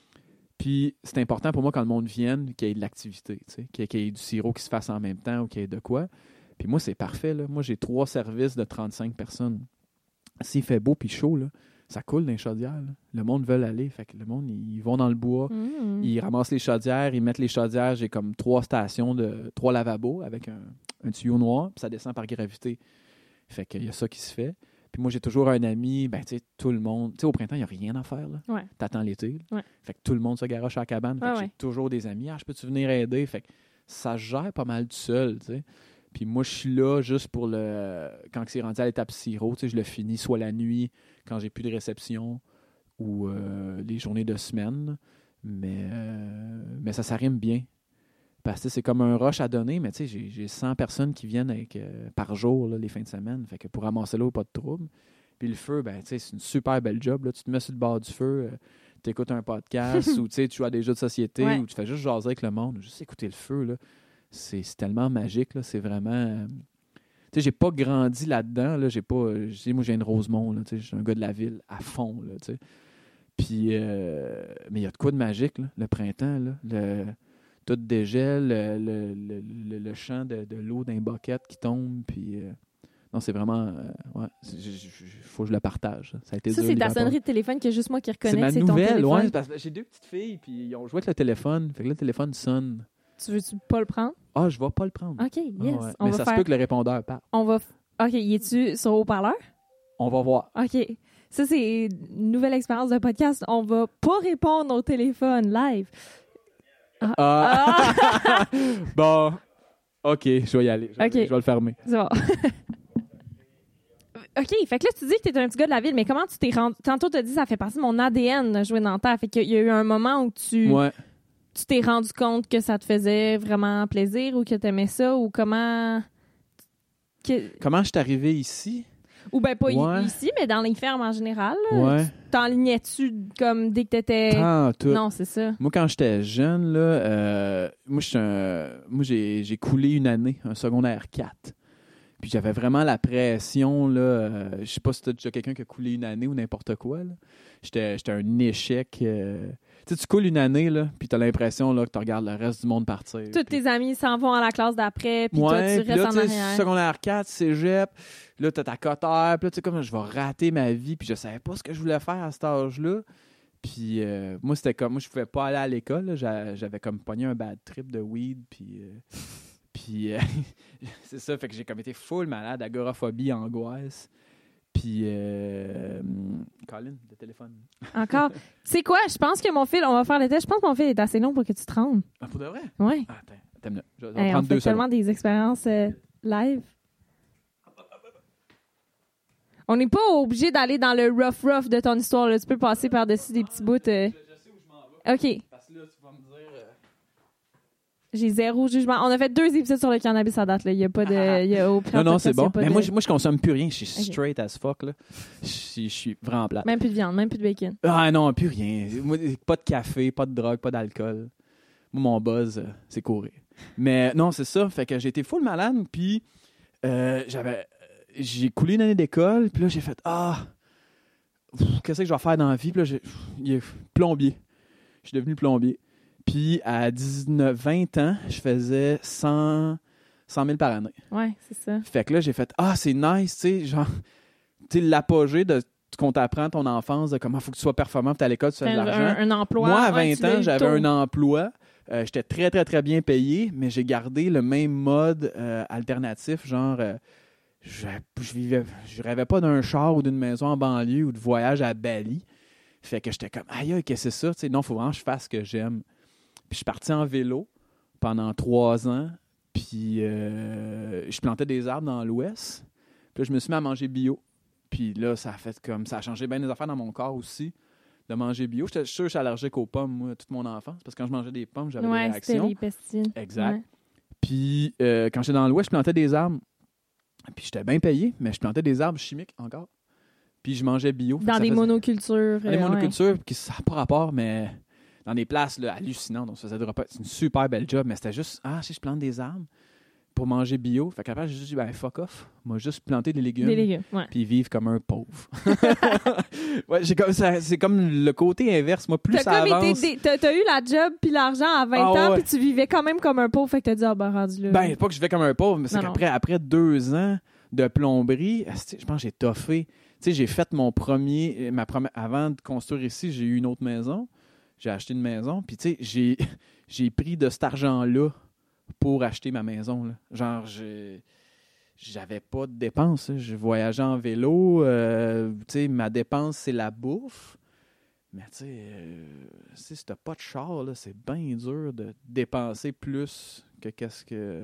S2: Puis, c'est important pour moi quand le monde vienne qu'il y ait de l'activité, tu sais, qu'il y ait, qu'il y ait du sirop qui se fasse en même temps ou qu'il y ait de quoi. Puis moi, c'est parfait, là. Moi, j'ai trois services de trente-cinq personnes. S'il fait beau puis chaud, là, ça coule dans les chaudières, là. Le monde veut aller. Fait que le monde, ils vont dans le bois,
S1: mmh.
S2: ils ramassent les chaudières, ils mettent les chaudières. J'ai comme trois stations, de trois lavabos avec un, un tuyau noir, puis ça descend par gravité. Fait qu'il y a ça qui se fait. Puis moi, j'ai toujours un ami, ben, tu sais, tout le monde. Tu sais, au printemps, il n'y a rien à faire, là.
S1: Ouais.
S2: T'attends l'été.
S1: Ouais.
S2: Fait que tout le monde se garoche à la cabane. Fait
S1: ouais,
S2: que
S1: ouais.
S2: j'ai toujours des amis. Ah, je peux-tu venir aider? Fait que ça se gère pas mal tout seul, tu sais. Puis moi, je suis là juste pour le... Quand c'est rendu à l'étape sirop, tu sais, je le finis soit la nuit, quand j'ai plus de réception, ou euh, les journées de semaine. Mais, euh, mais ça s'arrime bien. Parce que c'est comme un rush à donner, mais tu sais, j'ai, j'ai cent personnes qui viennent avec, euh, par jour, là, les fins de semaine. Fait que pour ramasser l'eau, pas de trouble. Puis le feu, ben, tu sais, c'est une super belle job, là. Tu te mets sur le bord du feu, euh, tu écoutes un podcast, ou tu sais, tu joues à des jeux de société, ouais. ou tu fais juste jaser avec le monde, juste écouter le feu, là. C'est, c'est tellement magique, là. C'est vraiment... Euh... Tu sais, j'ai pas grandi là-dedans, là. J'ai pas... Euh, moi, j'ai une Rosemont, là. Tu sais, je suis un gars de la ville à fond, là, tu sais. Puis... Euh... Mais il y a de quoi de magique, là, le printemps, là. Le... Tout dégèle, le, le, le, le, le champ de, de l'eau d'un bucket qui tombe, puis... Euh... Non, c'est vraiment... Euh, ouais, il faut que je le partage. Ça, a été
S1: ça
S2: dur,
S1: c'est ta sonnerie de téléphone que juste moi qui reconnais, c'est, ma
S2: c'est
S1: ton
S2: nouvelle,
S1: téléphone.
S2: Ouais, parce que j'ai deux petites filles, puis ils ont joué avec le téléphone. Fait que là, le téléphone sonne.
S1: Tu veux-tu pas le prendre?
S2: Ah, je vais pas le prendre.
S1: OK, yes.
S2: Ah, ouais.
S1: On
S2: Mais
S1: va
S2: ça
S1: faire...
S2: se peut que le répondeur parte.
S1: On va... OK, y es-tu sur haut-parleur?
S2: On va voir.
S1: OK. Ça, c'est une nouvelle expérience de podcast. On va pas répondre au téléphone live.
S2: Ah. ah. Bon. OK, je vais y aller. Je,
S1: okay.
S2: je vais le fermer.
S1: C'est bon. OK, fait que là, tu dis que tu es un petit gars de la ville, mais comment tu t'es rendu... Tantôt, tu as dit que ça fait partie de mon A D N de jouer dans la terre. Fait qu'il y a eu un moment où tu...
S2: Ouais.
S1: Tu t'es rendu compte que ça te faisait vraiment plaisir ou que tu aimais ça ou comment...
S2: Que... Comment je suis arrivé ici?
S1: Ou bien pas
S2: ouais.
S1: ici, mais dans les fermes en général. Là.
S2: Ouais.
S1: T'enlignais-tu comme dès que t'étais...
S2: Tant, tout.
S1: Non, c'est ça.
S2: Moi, quand j'étais jeune, là, euh, moi, un... moi j'ai, j'ai coulé une année, un secondaire quatre. Puis j'avais vraiment la pression, là. Euh, je sais pas si t'as déjà quelqu'un qui a coulé une année ou n'importe quoi, là. J'étais, j'étais un échec. Euh... Tu sais, tu coules une année, là, puis t'as l'impression, là, que tu regardes le reste du monde partir.
S1: Tous
S2: puis...
S1: tes amis s'en vont à la classe d'après, puis
S2: ouais,
S1: toi, tu
S2: puis
S1: restes
S2: là,
S1: en arrière.
S2: Secondaire quatre, cégep, là, t'as ta cotère, puis là, tu sais, comme, je vais rater ma vie, puis je savais pas ce que je voulais faire à cet âge-là. Puis euh, moi, c'était comme, moi, je pouvais pas aller à l'école, là. J'avais, j'avais comme pogné un bad trip de weed, puis... Euh... Puis, euh, c'est ça, fait que j'ai comme été full malade, agoraphobie, angoisse. Puis, euh, Colin, le téléphone.
S1: Encore. Tu sais quoi, je pense que mon fil, on va faire le test, je pense que mon fil est assez long pour que tu te rendes.
S2: Ah, pour de vrai?
S1: Oui.
S2: Ah, attends, attends, là. Je vais
S1: hey,
S2: prendre
S1: on
S2: deux
S1: fait tellement
S2: secondes.
S1: des expériences euh, live. On n'est pas obligé d'aller dans le rough rough de ton histoire, là. Tu peux passer par-dessus des petits bouts. Euh...
S2: Je, je sais où je m'en vais.
S1: OK.
S2: Parce que là, tu vas me dire... Euh...
S1: J'ai zéro jugement. On a fait deux épisodes sur le cannabis à date. Il n'y a pas de. Y a aucun
S2: non, non, c'est bon. Mais
S1: de...
S2: moi, je, moi, je consomme plus rien. Je suis
S1: okay.
S2: straight as fuck. Là. Je, je suis vraiment plate.
S1: Même plus de viande, même plus de bacon.
S2: Ah non, plus rien. Moi, pas de café, pas de drogue, pas d'alcool. Moi, mon buzz, euh, c'est courir. Mais non, c'est ça. Fait que j'ai été full malade. Puis, euh, j'avais. J'ai coulé une année d'école. Puis là, j'ai fait Ah, pff, qu'est-ce que je vais faire dans la vie? Puis là, j'ai. Pff, plombier. Je suis devenu plombier. Puis, à dix-neuf vingt ans, je faisais cent mille par année.
S1: Ouais, c'est ça.
S2: Fait que là, j'ai fait « Ah, c'est nice, tu sais, genre, tu sais, l'apogée de qu'on t'apprend ton enfance, de comment il faut que tu sois performant, puis t'es à l'école, tu fais de l'argent.
S1: Un, un emploi.
S2: Moi, à vingt
S1: ouais,
S2: ans, j'avais un emploi, Euh, j'étais très, très, très bien payé, mais j'ai gardé le même mode euh, alternatif, genre, euh, je, je, vivais, je rêvais pas d'un char ou d'une maison en banlieue ou de voyage à Bali. Fait que j'étais comme, aïe, qu'est-ce que c'est ça? T'sais, non, il faut vraiment que je fasse ce que j'aime. Puis je suis parti en vélo pendant trois ans, puis euh, je plantais des arbres dans l'Ouest. Puis là, je me suis mis à manger bio. Puis là, ça a fait comme, ça a changé bien des affaires dans mon corps aussi. De manger bio. J'étais sûr que je suis allergique aux pommes, moi, toute mon enfance. Parce que quand je mangeais des pommes, j'avais
S1: ouais,
S2: des réactions.
S1: Ouais, c'était les pesticides.
S2: Exact.
S1: Ouais.
S2: Puis, euh, quand j'étais dans l'Ouest, je plantais des arbres. Puis, j'étais bien payé, mais je plantais des arbres chimiques encore. Puis, je mangeais bio.
S1: Dans des faisait... monocultures.
S2: Dans des
S1: euh,
S2: monocultures,
S1: ouais.
S2: qui ça n'a pas rapport, mais dans des places là, hallucinantes. On se faisait des repas. C'est une super belle job, mais c'était juste, ah, si je plante des arbres pour manger bio. Fait qu'après, j'ai juste dit, ben, fuck off. Moi, juste planter des légumes.
S1: Des légumes, ouais.
S2: Puis vivre comme un pauvre. ouais, j'ai comme ça, c'est comme le côté inverse. Moi, plus
S1: t'as
S2: ça
S1: comme
S2: avance...
S1: Été, t'as, t'as eu la job puis l'argent à vingt
S2: ah,
S1: ans,
S2: ouais.
S1: puis tu vivais quand même comme un pauvre. Fait que t'as dit, ah, ben, rendu là.
S2: Ben, pas que je vivais comme un pauvre, mais c'est non, qu'après
S1: non.
S2: après deux ans de plomberie, je pense que j'ai toffé. Tu sais, j'ai fait mon premier... Ma première, avant de construire ici, j'ai eu une autre maison. J'ai acheté une maison. Puis, tu sais, j'ai, j'ai pris de cet argent-là pour acheter ma maison. Là. Genre, j'ai, j'avais pas de dépenses. Je voyageais en vélo. Euh, tu sais, ma dépense, c'est la bouffe. Mais tu sais, euh, si t'as pas de char, là, c'est bien dur de dépenser plus que qu'est-ce que...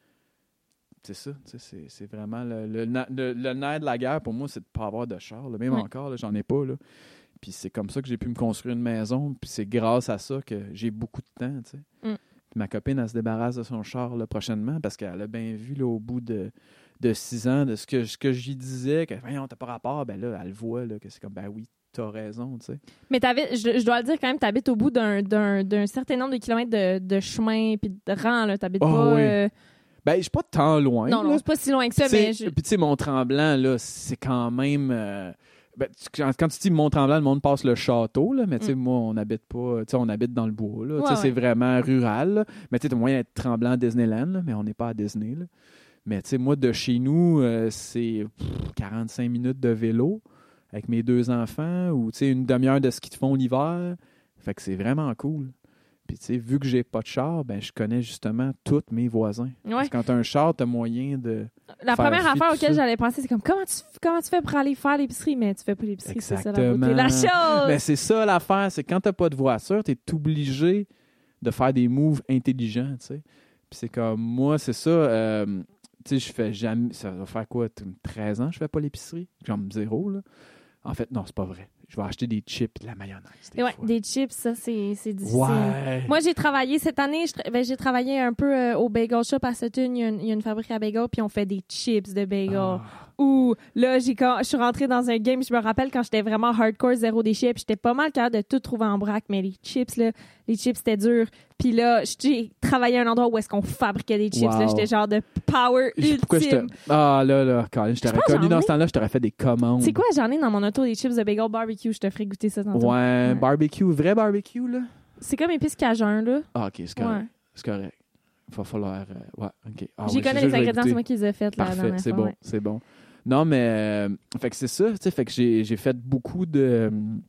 S2: C'est ça, c'est, c'est vraiment le, le, le, le nerf de la guerre pour moi, c'est de pas avoir de char. Là. Même oui. encore, là, j'en ai pas. Là. Puis c'est comme ça que j'ai pu me construire une maison. Puis c'est grâce à ça que j'ai beaucoup de temps. Tu sais. Mm. Puis ma copine, elle se débarrasse de son char là, prochainement parce qu'elle a bien vu là, au bout de, de six ans de ce que, ce que j'y disais, que voyons, t'as pas rapport, ben là, elle le voit, là, que c'est comme ben oui, t'as raison, tu sais.
S1: Mais t'habites, je, je dois le dire quand même, t'habites au bout d'un, d'un, d'un certain nombre de kilomètres de, de chemin puis de rang, là. T'habites oh, pas.
S2: Oui.
S1: Euh...
S2: Ben, je suis pas tant loin.
S1: Non,
S2: là.
S1: non, c'est pas si loin que ça,
S2: t'sais,
S1: mais. Je...
S2: Puis, tu sais, Mont-Tremblant, là, c'est quand même. Euh, ben, tu, quand tu dis Mont-Tremblant, le monde passe le château, là, mais tu sais, mm. moi, on n'habite pas. Tu sais, on habite dans le bois, là. Ouais, ouais. C'est vraiment rural, là. Mais tu sais, t'as moyen d'être Tremblant à Disneyland, là, mais on n'est pas à Disney, là. Mais tu sais, moi, de chez nous, euh, c'est pff, quarante-cinq minutes de vélo avec mes deux enfants ou tu sais, une demi-heure de ski de fond l'hiver. Fait que c'est vraiment cool. Puis, tu sais, vu que j'ai pas de char, ben je connais justement tous mes voisins. Ouais. Parce que quand t'as un char, t'as moyen de.
S1: La première affaire auquel j'allais penser, c'est comme comment tu, comment tu fais pour aller faire l'épicerie, mais tu fais pas l'épicerie,
S2: exactement.
S1: C'est ça la beauté. La chose!
S2: Ben, c'est ça l'affaire, c'est que quand t'as pas de voiture, t'es obligé de faire des moves intelligents, tu sais. Puis c'est comme, moi, c'est ça, euh, tu sais, je fais jamais. Ça va faire quoi, treize ans, je fais pas l'épicerie? Genre zéro, là. En fait, non, c'est pas vrai. Je vais acheter des chips et de la mayonnaise. Des,
S1: ouais,
S2: fois.
S1: des chips, ça, c'est, c'est difficile.
S2: Ouais.
S1: Moi, j'ai travaillé cette année, je, ben, j'ai travaillé un peu euh, au Bagel Shop à Sutton. Il y a une, il y a une fabrique à bagel, puis on fait des chips de bagel. Ah. Ouh, là, j'ai, quand, je suis rentrée dans un game, je me rappelle quand j'étais vraiment hardcore, zéro des chips, j'étais pas mal capable de tout trouver en vrac, mais les chips, là, les chips, c'était dur. Puis là, j'ai travaillé à un endroit où est-ce qu'on fabriquait des chips. Wow. Là, j'étais genre de power
S2: Pourquoi
S1: ultime.
S2: Ah là, là, Colin, je t'aurais je connu dans ce temps-là, je t'aurais fait des commandes.
S1: C'est quoi, j'en ai dans mon auto des chips de bagel barbecue, je te ferais goûter ça tantôt.
S2: Ouais, ouais. Barbecue, vrai barbecue, là?
S1: C'est comme épice cajun, là.
S2: Ah, OK, c'est correct. Ouais. C'est correct. Il va falloir... Euh, ouais, OK. Ah,
S1: J'y
S2: oui,
S1: connais les ingrédients, c'est moi qui les ai faits, là,
S2: Parfait, c'est
S1: fois,
S2: bon,
S1: ouais.
S2: c'est bon. Non, mais... Euh, fait que c'est ça, tu sais, fait que j'ai, j'ai fait beaucoup de...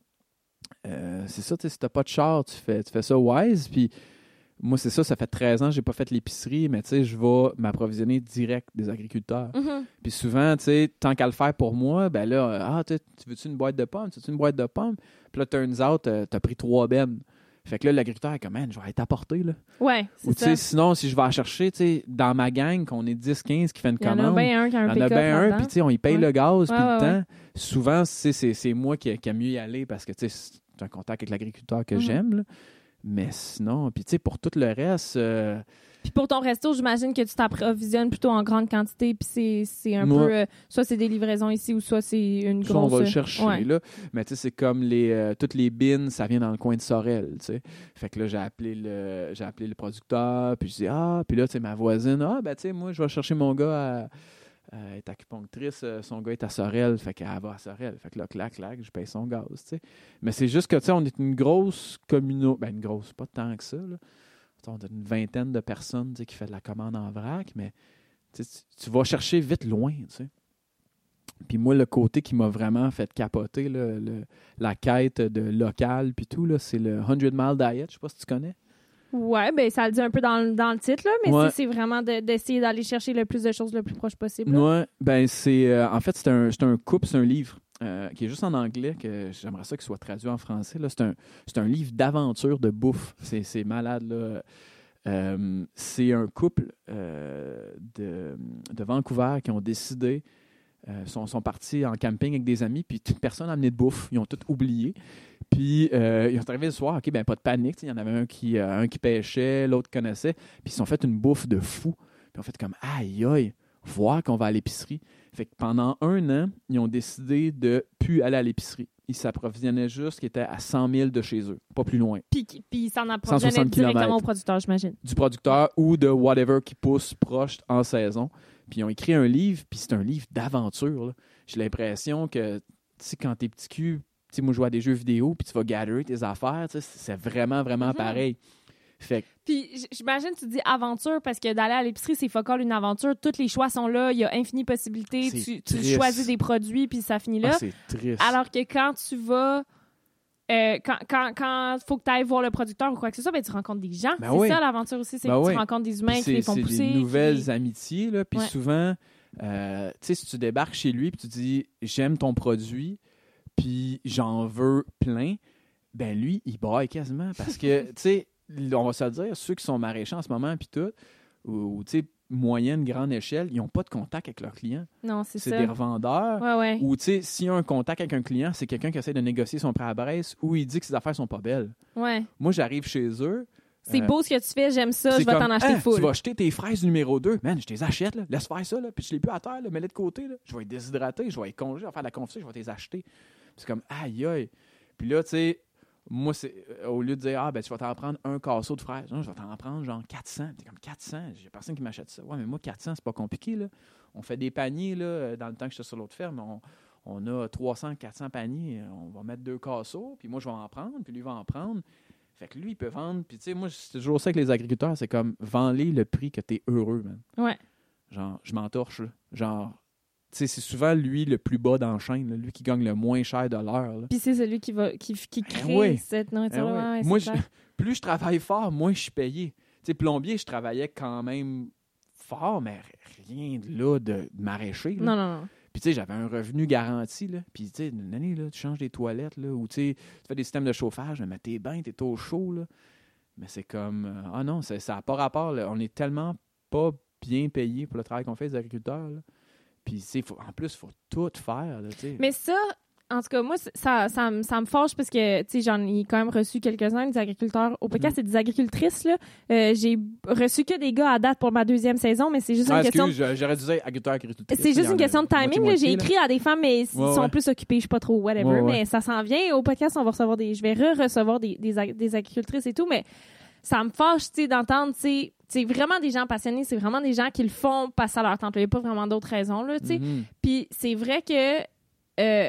S2: Euh, c'est ça, tu sais, si t'as pas de char, tu fais, tu fais ça wise, puis... Moi, c'est ça, ça fait treize ans que j'ai pas fait l'épicerie, mais tu sais, je vais m'approvisionner direct des agriculteurs. Mm-hmm. Puis souvent, tu sais, tant qu'à le faire pour moi, ben là, ah, tu veux-tu une boîte de pommes? Tu veux-tu une boîte de pommes? Puis là, turns out, euh, t'as pris trois bennes. Fait que là, l'agriculteur est comme, man, je vais être apporté, là.
S1: Ouais, c'est
S2: Ou,
S1: ça.
S2: Ou sinon, si je vais en chercher, tu sais, dans ma gang, qu'on est dix quinze qui fait une commande.
S1: Il y en a bien un qui a un pick-up. Il y en a bien un,
S2: puis tu sais, on y paye ouais. le gaz, puis
S1: ouais,
S2: le
S1: ouais,
S2: temps.
S1: ouais.
S2: Souvent, c'est, c'est, c'est moi qui, qui aime mieux y aller parce que, tu sais, c'est un contact avec l'agriculteur que mm-hmm. j'aime, là. Mais sinon, puis tu sais, pour tout le reste... Euh...
S1: Puis pour ton resto, j'imagine que tu t'approvisionnes plutôt en grande quantité, puis c'est, c'est un
S2: Moi,
S1: peu... Euh, soit c'est des livraisons ici, ou soit c'est une
S2: soit
S1: grosse...
S2: on va le chercher,
S1: ouais.
S2: là. Mais tu sais, c'est comme les... Euh, toutes les bins, ça vient dans le coin de Sorel, tu sais. Fait que là, j'ai appelé le j'ai appelé le producteur, puis je dis, ah, puis là, tu sais, ma voisine, ah, ben tu sais, moi, je vais chercher mon gars à... Elle est acupunctrice, euh, son gars est à Sorel, fait qu'elle va à Sorel. Fait que là, clac, clac, je paye son gaz, tu sais. Mais c'est juste que, tu sais, on est une grosse communauté, ben une grosse, pas tant que ça, là. On a une vingtaine de personnes, tu sais, qui fait de la commande en vrac, mais tu, tu vas chercher vite loin, tu sais. Puis moi, le côté qui m'a vraiment fait capoter, là, le, la quête de local puis tout, là, c'est le hundred mile diet, je sais pas si tu connais.
S1: Ouais, ben ça le dit un peu dans, dans le titre, là, mais
S2: ouais.
S1: c'est, c'est vraiment de, d'essayer d'aller chercher le plus de choses le plus proche possible. Là.
S2: Ouais, ben c'est... Euh, en fait, c'est un, c'est un couple, c'est un livre euh, qui est juste en anglais, que j'aimerais ça qu'il soit traduit en français. Là. C'est, un, c'est un livre d'aventure de bouffe. C'est, c'est malade, là. Euh, c'est un couple euh, de, de Vancouver qui ont décidé... Euh, sont, sont partis en camping avec des amis, puis toute personne a amené de bouffe. Ils ont tout oublié. Puis euh, ils sont arrivés le soir, OK, ben pas de panique. Il y en avait un qui, euh, un qui pêchait, l'autre connaissait. Puis ils se sont fait une bouffe de fou. Puis on fait comme, aïe, aïe, voir qu'on va à l'épicerie. Fait que pendant un an, ils ont décidé de plus aller à l'épicerie. Ils s'approvisionnaient juste, qui était à cent mille de chez eux, pas plus loin.
S1: Puis, puis ils s'en approvisionnaient directement au producteur, j'imagine.
S2: Du producteur ou de whatever qui pousse proche en saison. Puis ils ont écrit un livre, puis c'est un livre d'aventure. Là. J'ai l'impression que, tu sais, quand t'es petit cul, tu sais, moi je joue à des jeux vidéo, puis tu vas gather tes affaires, tu sais, c'est vraiment, vraiment mm-hmm. pareil. Fait que...
S1: Puis j'imagine que tu dis aventure parce que d'aller à l'épicerie, c'est focal une aventure. Tous les choix sont là, il y a infini possibilités. Tu, tu choisis des produits, puis ça finit là.
S2: Ah, c'est triste.
S1: Alors que quand tu vas... Euh, quand il quand, quand faut que tu ailles voir le producteur ou quoi que ce soit, ben, tu rencontres des gens.
S2: Ben
S1: c'est
S2: oui.
S1: ça l'aventure aussi, c'est
S2: ben
S1: que
S2: oui.
S1: tu rencontres des humains
S2: puis
S1: qui les font
S2: c'est
S1: pousser.
S2: C'est des nouvelles
S1: qui...
S2: amitiés. Là, puis
S1: ouais.
S2: souvent, euh, tu sais, si tu débarques chez lui puis tu dis « j'aime ton produit, puis j'en veux plein », ben lui, il braille quasiment parce que, tu sais, on va se le dire, ceux qui sont maraîchers en ce moment puis tout, ou, ou tu sais, moyenne, grande échelle, ils n'ont pas de contact avec leurs clients.
S1: Non, c'est,
S2: c'est
S1: ça.
S2: C'est des revendeurs.
S1: Ouais, ouais.
S2: Ou, tu sais, s'il y a un contact avec un client, c'est quelqu'un qui essaie de négocier son prêt à Brest ou il dit que ses affaires sont pas belles.
S1: Ouais.
S2: Moi, j'arrive chez eux.
S1: C'est euh, beau ce que tu fais, j'aime ça, je vais
S2: comme,
S1: t'en acheter
S2: hein,
S1: full.
S2: Tu vas acheter tes fraises numéro deux. Man, je te les achète, là. Laisse faire ça, là. Puis tu les plus à terre, là. Mets-les de côté, là. Je vais les déshydrater, je vais les congeler, je vais faire de la confiture, je vais te les acheter. Puis c'est comme, aïe, aïe. Puis là, tu sais, moi, c'est au lieu de dire, ah, ben, tu vas t'en prendre un casseau de fraises, non, je vais t'en prendre genre quatre cents. T'es comme quatre cents, j'ai personne qui m'achète ça. Ouais, mais moi, quatre cents, c'est pas compliqué, là. On fait des paniers, là, dans le temps que j'étais sur l'autre ferme, on, on a trois cents, quatre cents paniers, on va mettre deux casseaux, puis moi, je vais en prendre, puis lui va en prendre. Fait que lui, il peut vendre, puis tu sais, moi, c'est toujours ça avec les agriculteurs, c'est comme, vends-les le prix que t'es heureux, man.
S1: Ouais.
S2: Genre, je m'entorche, là. Genre, tu sais, c'est souvent lui le plus bas dans la chaîne, là, lui qui gagne le moins cher de l'heure. Là.
S1: Puis c'est celui qui va qui, qui crée
S2: eh oui.
S1: cette nourriture.
S2: Eh oui.
S1: Ouais,
S2: moi, je, plus je travaille fort, moins je suis payé. Tu sais, plombier, je travaillais quand même fort, mais rien de là de maraîcher. Là.
S1: Non, non, non.
S2: Puis tu sais, j'avais un revenu garanti. Là. Puis tu sais, une année, là, tu changes des toilettes, là, ou tu sais, tu fais des systèmes de chauffage, mais t'es bains, t'es au chaud. Là. Mais c'est comme, euh, ah non, ça n'a pas rapport. Là. On est tellement pas bien payé pour le travail qu'on fait, les agriculteurs. Là. Puis, faut, en plus, il faut tout faire. Là,
S1: mais ça, en tout cas, moi, ça, ça, me, ça me fâche parce que, tu sais, j'en ai quand même reçu quelques-uns, des agriculteurs. Au podcast, mm-hmm. c'est des agricultrices, là. Euh, j'ai reçu que des gars à date pour ma deuxième saison, mais c'est juste
S2: ah,
S1: une
S2: excuse,
S1: question...
S2: j'aurais dû dire agriculteur, agricultrice.
S1: C'est juste une question de timing, là. J'ai écrit à des femmes, mais ils
S2: ouais,
S1: sont
S2: ouais.
S1: plus occupés, je sais pas trop, whatever.
S2: Ouais, ouais.
S1: Mais ça s'en vient. Au podcast, on va recevoir des... Je vais re-recevoir des, des, des agricultrices et tout, mais ça me fâche, tu sais, d'entendre, tu sais... C'est vraiment des gens passionnés, c'est vraiment des gens qui le font parce que ça leur tente. Il n'y a pas vraiment d'autres raisons, là, tu sais. Mm-hmm. Puis c'est vrai que euh,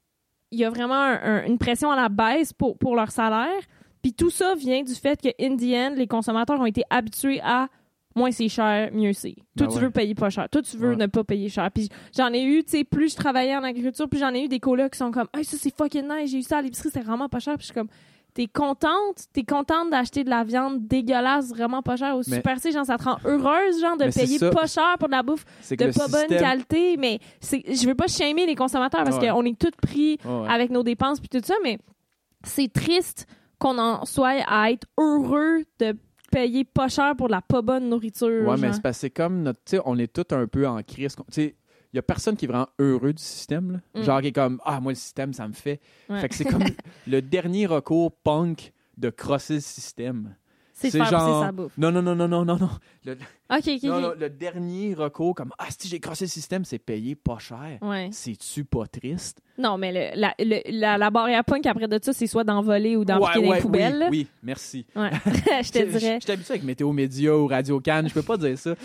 S1: il y a vraiment un, un, une pression à la baisse pour, pour leur salaire. Puis tout ça vient du fait que, in the end, les consommateurs ont été habitués à moins c'est cher, mieux c'est. Toi, ben tu ouais. veux payer pas cher. Toi, tu veux ouais. ne pas payer cher. Puis j'en ai eu, tu sais, plus je travaillais en agriculture, plus j'en ai eu des colocs qui sont comme « Hey, ça, c'est fucking nice, j'ai eu ça à l'épicerie, c'est vraiment pas cher. » Puis je suis comme... T'es contente, t'es contente d'acheter de la viande dégueulasse, vraiment pas chère au mais, super C, genre ça te rend heureuse, genre de payer pas cher pour de la bouffe de pas système... bonne qualité, mais c'est, je veux pas shamer les consommateurs parce ouais. qu'on est tous pris ouais. avec nos dépenses puis tout ça, mais c'est triste qu'on en soit à être heureux de payer pas cher pour de la pas bonne nourriture.
S2: Ouais,
S1: genre.
S2: mais c'est parce que c'est comme notre, tu sais, on est tous un peu en crise, tu sais. Il n'y a personne qui est vraiment heureux du système. Là. Mm. Genre qui est comme « Ah, moi, le système, ça me fait. Ouais. » Fait que c'est comme le dernier recours punk de crosser le système.
S1: C'est, c'est faire genre... sa bouffe.
S2: Non, non, non, non, non, non, non. Le...
S1: OK, OK,
S2: non,
S1: okay.
S2: non, le dernier recours comme « Ah, si j'ai crossé le système, c'est payé pas cher.
S1: Ouais. »
S2: C'est-tu pas triste?
S1: Non, mais le, la, le, la, la barrière punk après de ça, c'est soit d'envoler ou d'embarquer ouais, ouais, dans les poubelles.
S2: Oui, oui, merci.
S1: Ouais. je te dirais.
S2: Je suis habitué avec Météo Média ou Radio Cannes, je peux pas dire ça.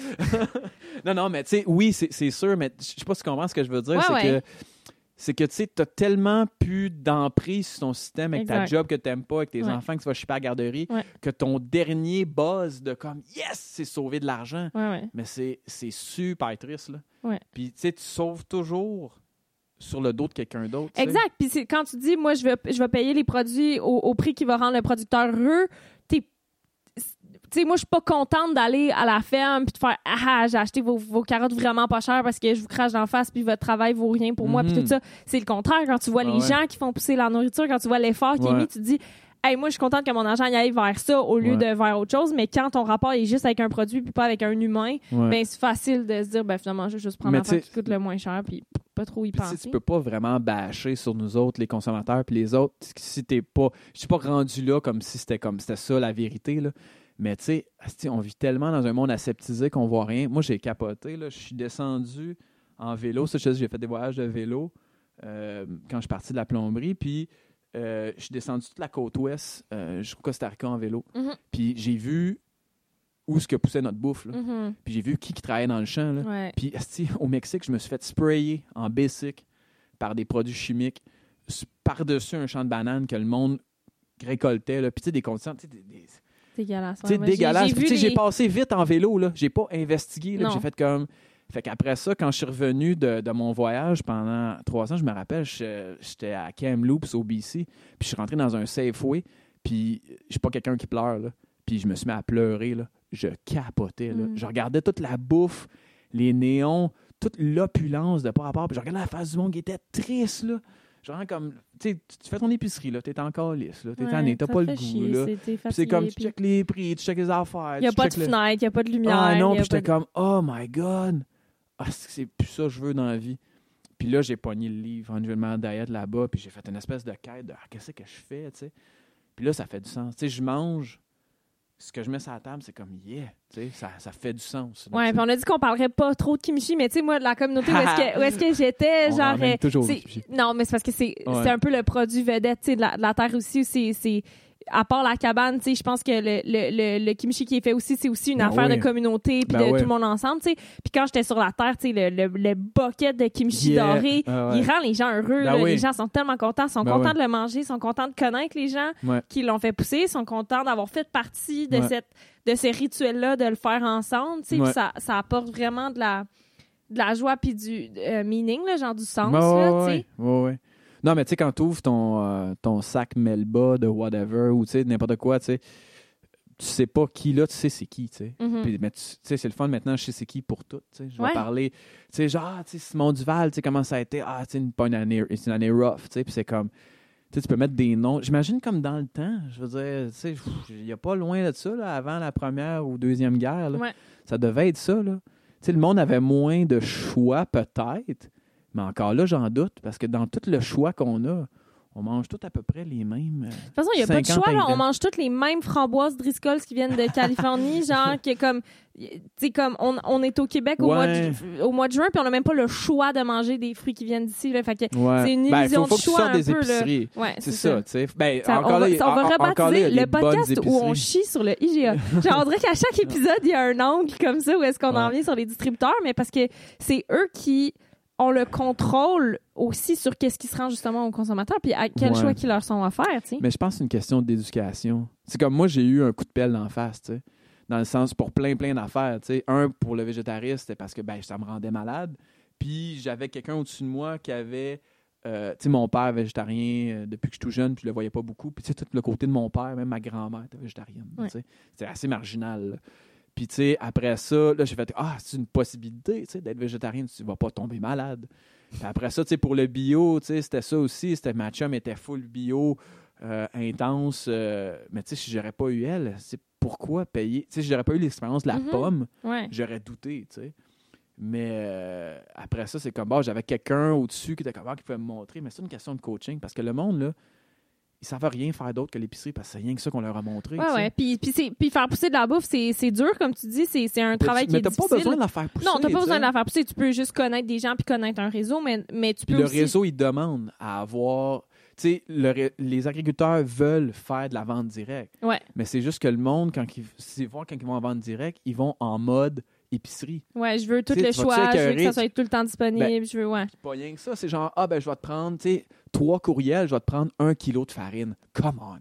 S2: non, non, mais tu sais, oui, c'est, c'est sûr, mais je sais pas si tu comprends ce que je veux dire.
S1: Ouais,
S2: c'est,
S1: ouais.
S2: que, c'est que tu sais, t'as tellement plus d'emprise sur ton système avec
S1: exact.
S2: ta job que t'aimes pas, avec tes
S1: ouais.
S2: enfants que tu vas chipper à la garderie,
S1: ouais.
S2: que ton dernier buzz de comme « Yes! » c'est sauver de l'argent.
S1: Ouais, ouais.
S2: Mais c'est, c'est super triste, là.
S1: Ouais.
S2: Puis tu sais, tu sauves toujours... sur le dos de quelqu'un d'autre.
S1: Exact. Puis c'est, quand tu dis, moi, je vais, je vais payer les produits au, au prix qui va rendre le producteur heureux, t'es, tu sais, moi, je suis pas contente d'aller à la ferme puis de faire « Ah, j'ai acheté vos, vos carottes vraiment pas chères parce que je vous crache d'en face puis votre travail vaut rien pour mm-hmm. moi. » Puis tout ça, c'est le contraire. Quand tu vois ah, les ouais. gens qui font pousser la nourriture, quand tu vois l'effort qui ouais. est mis, tu te dis « Hey, moi, je suis contente que mon argent y aille vers ça au lieu ouais. de vers autre chose. » Mais quand ton rapport est juste avec un produit puis pas avec un humain, ouais. ben c'est facile de se dire « Ben finalement, je vais juste prendre l'affaire qui coûte le moins cher puis pas trop y penser. »
S2: Tu peux pas vraiment bâcher sur nous autres, les consommateurs puis les autres. Si t'es pas... Je suis pas rendu là comme si c'était comme c'était ça la vérité, là. Mais tu sais, on vit tellement dans un monde aseptisé qu'on voit rien. Moi, j'ai capoté. Là. Je suis descendu en vélo. Ça, je sais, j'ai fait des voyages de vélo euh, quand je suis parti de la plomberie. Puis, euh, je suis descendu toute la côte ouest euh, jusqu'au Costa Rica en vélo. Mm-hmm. Puis, j'ai vu où ce que poussait notre bouffe. Là. Mm-hmm. Puis, j'ai vu qui, qui travaillait dans le champ. Là. Ouais. Puis, asti, au Mexique, je me suis fait sprayer en bicycle par des produits chimiques par-dessus un champ de bananes que le monde récoltait. Là. Puis, tu sais, des conditions... Des, des,
S1: dégueulasse.
S2: C'est
S1: ouais,
S2: dégueulasse.
S1: J'ai, j'ai,
S2: les...
S1: j'ai
S2: passé vite en vélo. Là. J'ai pas investigué. Là, j'ai fait comme... Fait qu'après ça, quand je suis revenu de, de mon voyage pendant trois ans, je me rappelle, je, j'étais à Kamloops, au B C, puis je suis rentré dans un Safeway, puis je suis pas quelqu'un qui pleure, là. Puis je me suis mis à pleurer. Là. Je capotais. Là. Mm. Je regardais toute la bouffe, les néons, toute l'opulence de par rapport. Puis je regardais la face du monde qui était triste, là. Genre comme, tu sais, tu fais ton épicerie, là, t'es encore lisse, là, t'es
S1: ouais,
S2: en t'as pas le goût,
S1: chier,
S2: là.
S1: C'est,
S2: puis c'est comme, tu checkes les prix, tu checkes les affaires.
S1: Il n'y a pas de
S2: le...
S1: fenêtre, il n'y a pas de lumière.
S2: Ah non, puis j'étais
S1: de...
S2: comme, oh my God, ah, c'est plus ça que je veux dans la vie. Puis là, j'ai pogné le livre, Environnement Diet là-bas, puis j'ai fait une espèce de quête de, ah, qu'est-ce que je fais, tu sais. Puis là, ça fait du sens. Tu sais, je mange... Ce que je mets sur la table, c'est comme yeah, tu sais, ça, ça fait du sens.
S1: Là, ouais, puis on a dit qu'on parlerait pas trop de kimchi, mais tu sais, moi, de la communauté où est-ce que, où est-ce que j'étais,
S2: on
S1: genre.
S2: Euh, toujours
S1: c'est, non, mais c'est parce que c'est, ouais. c'est un peu le produit vedette, tu sais, de la, de la terre aussi. C'est, c'est, à part la cabane, tu sais, je pense que le, le, le, le kimchi qui est fait aussi, c'est aussi une ben affaire oui. de communauté puis ben de oui. tout le monde ensemble, tu sais. Puis quand j'étais sur la terre, tu sais, le, le, le bucket de kimchi yeah. doré, uh, ouais. il rend les gens heureux. Ben oui. Les gens sont tellement contents, sont ben contents oui. de le manger, sont contents de connaître les gens ouais. qui l'ont fait pousser, sont contents d'avoir fait partie de
S2: ouais.
S1: cette de ces rituels-là, de le faire ensemble, tu sais. Ouais. Ça, ça apporte vraiment de la, de la joie puis du euh, meaning, là, genre du sens,
S2: ouais,
S1: là, tu sais.
S2: Ouais, ouais. Non, mais tu sais, quand tu ouvres ton, euh, ton sac Melba de whatever ou tu sais, n'importe quoi, tu sais, tu sais pas qui là, tu sais c'est qui, tu sais. Mm-hmm. Puis, mais tu sais, c'est le fun maintenant, je sais c'est qui pour tout, tu sais. Je vais ouais. parler, tu sais, genre, tu sais, Simon Duval, tu sais, comment ça a été, ah, tu sais, une, pas une année, c'est une année rough, tu sais, puis c'est comme, tu sais, tu peux mettre des noms. J'imagine comme dans le temps, je veux dire, tu sais, il n'y a pas loin de ça, là, avant la première ou deuxième guerre, là.
S1: Ouais.
S2: Ça devait être ça, là. Tu sais, le monde avait moins de choix, peut-être. Mais encore là, j'en doute, parce que dans tout le choix qu'on a, on mange tous à peu près les mêmes. Euh, de toute
S1: façon, il n'y a pas de choix. Là. On mange toutes les mêmes framboises Driscoll qui viennent de Californie. genre, qui est comme. Tu sais, comme on, on est au Québec au, ouais. mois de, au mois de juin, puis on n'a même pas le choix de manger des fruits qui viennent d'ici. Là, fait que ouais. c'est une illusion
S2: ben, faut, faut
S1: de choix.
S2: Un
S1: des
S2: peu, épiceries.
S1: Ouais,
S2: c'est,
S1: c'est
S2: ça, tu sais. Ben,
S1: ça,
S2: encore
S1: on
S2: là,
S1: va, on va rebaptiser
S2: là,
S1: le podcast où on chie sur le I G A. Genre, on dirait qu'à chaque épisode, il y a un angle comme ça où est-ce qu'on ouais. en vient sur les distributeurs, mais parce que c'est eux qui ont le contrôle aussi sur qu'est-ce qui se rend justement aux consommateurs puis à quel ouais. choix qu'ils leur sont offerts, tu sais.
S2: Mais je pense que c'est une question d'éducation. C'est comme moi, j'ai eu un coup de pelle d'en face, tu sais. Dans le sens, pour plein, plein d'affaires, tu sais. Un, pour le végétarisme, c'était parce que ben, ça me rendait malade. Puis j'avais quelqu'un au-dessus de moi qui avait... Euh, tu sais, mon père végétarien euh, depuis que je suis tout jeune, puis je le voyais pas beaucoup. Puis tu sais, tout le côté de mon père, même ma grand-mère était végétarienne, ouais. tu sais. C'était assez marginal, là. Puis, tu sais, après ça, là, j'ai fait « Ah, c'est une possibilité, tu sais, d'être végétarien, tu vas pas tomber malade. » Puis après ça, tu sais, pour le bio, tu sais, c'était ça aussi. C'était ma chum était full bio, euh, intense. Euh, mais tu sais, si j'aurais pas eu elle, c'est pourquoi payer? Tu sais, si j'aurais pas eu l'expérience de la mm-hmm. pomme,
S1: ouais.
S2: j'aurais douté, tu sais. Mais euh, après ça, c'est comme, bon, j'avais quelqu'un au-dessus qui était comme, qui pouvait me montrer. Mais c'est une question de coaching parce que le monde, là, ils savent rien faire d'autre que l'épicerie parce que c'est rien que ça qu'on leur a montré.
S1: Ouais, ouais. Puis, puis, c'est, puis faire pousser de la bouffe, c'est, c'est dur, comme tu dis. C'est, c'est un mais travail
S2: tu,
S1: qui est difficile.
S2: Mais t'as pas besoin de la faire pousser.
S1: Non, t'as pas besoin de la faire pousser. Tu peux juste connaître des gens puis connaître un réseau, mais, mais tu peux
S2: puis
S1: aussi...
S2: le réseau, il demande à avoir... Tu sais, le, les agriculteurs veulent faire de la vente directe.
S1: Ouais.
S2: Mais c'est juste que le monde, quand ils, ils vont, quand ils vont en vente directe, ils vont en mode épicerie.
S1: Ouais, je veux tout le choix, je veux que ça soit tout le temps disponible, ben, je veux, ouais.
S2: C'est pas rien que ça, c'est genre, ah ben je vais te prendre, tu sais, trois courriels, je vais te prendre un kilo de farine. Come on!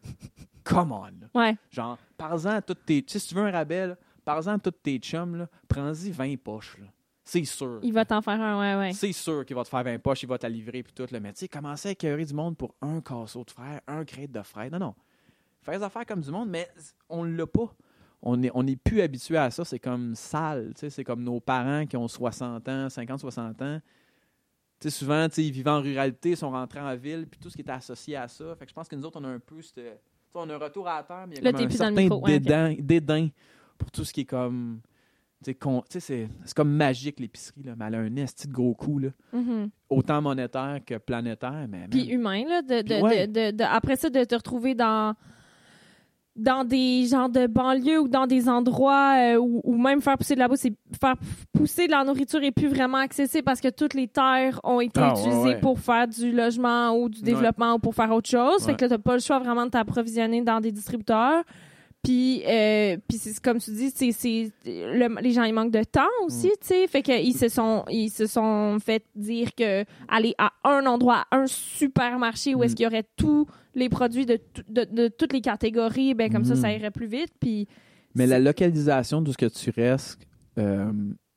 S2: Come on!
S1: Ouais.
S2: Genre, parle-en à toutes tes... Tu sais, si tu veux un rabais, là, parle-en à toutes tes chums, là, prends-y vingt poches, là. C'est sûr.
S1: Il va t'en faire un, ouais, ouais.
S2: C'est sûr qu'il va te faire vingt poches, il va te la livrer puis tout. Là. Mais tu sais, commencer à écœurer du monde pour un casseau de frère, un crête de frère. Non, non. Fais les affaires comme du monde, mais on l'a pas. on n'est on est plus habitué à ça. C'est comme sale. C'est comme nos parents qui ont soixante ans, cinquante, soixante ans. T'sais, souvent, ils vivaient en ruralité, ils sont rentrés en ville, puis tout ce qui était associé à ça. Fait que je pense que nous autres, on a un peu... On a un retour à la terre, mais il y a comme un certain micro, dédain, ouais, okay. dédain pour tout ce qui est comme... Con, c'est, c'est comme magique, l'épicerie, là, mais elle a un esti de gros coup, là. Mm-hmm. Autant monétaire que planétaire. Mais
S1: puis même... humain, là. De, de, ouais. de, de, de, après ça, de te retrouver dans... dans des genres de banlieues ou dans des endroits euh, où, où même faire pousser de la bouffe, c'est faire pousser de la nourriture est plus vraiment accessible parce que toutes les terres ont été ah, utilisées ouais, ouais. pour faire du logement ou du développement ouais. ou pour faire autre chose. Ouais. Fait que là, t'as pas le choix vraiment de t'approvisionner dans des distributeurs. Puis, euh, puis c'est comme tu dis, c'est, c'est le, les gens ils manquent de temps aussi, mm. tu sais, fait que ils se sont ils se sont fait dire que aller à un endroit, à un supermarché où mm. est-ce qu'il y aurait tous les produits de, de, de, de toutes les catégories, ben comme mm. ça, ça irait plus vite. Puis
S2: mais la localisation de ce que tu restes euh,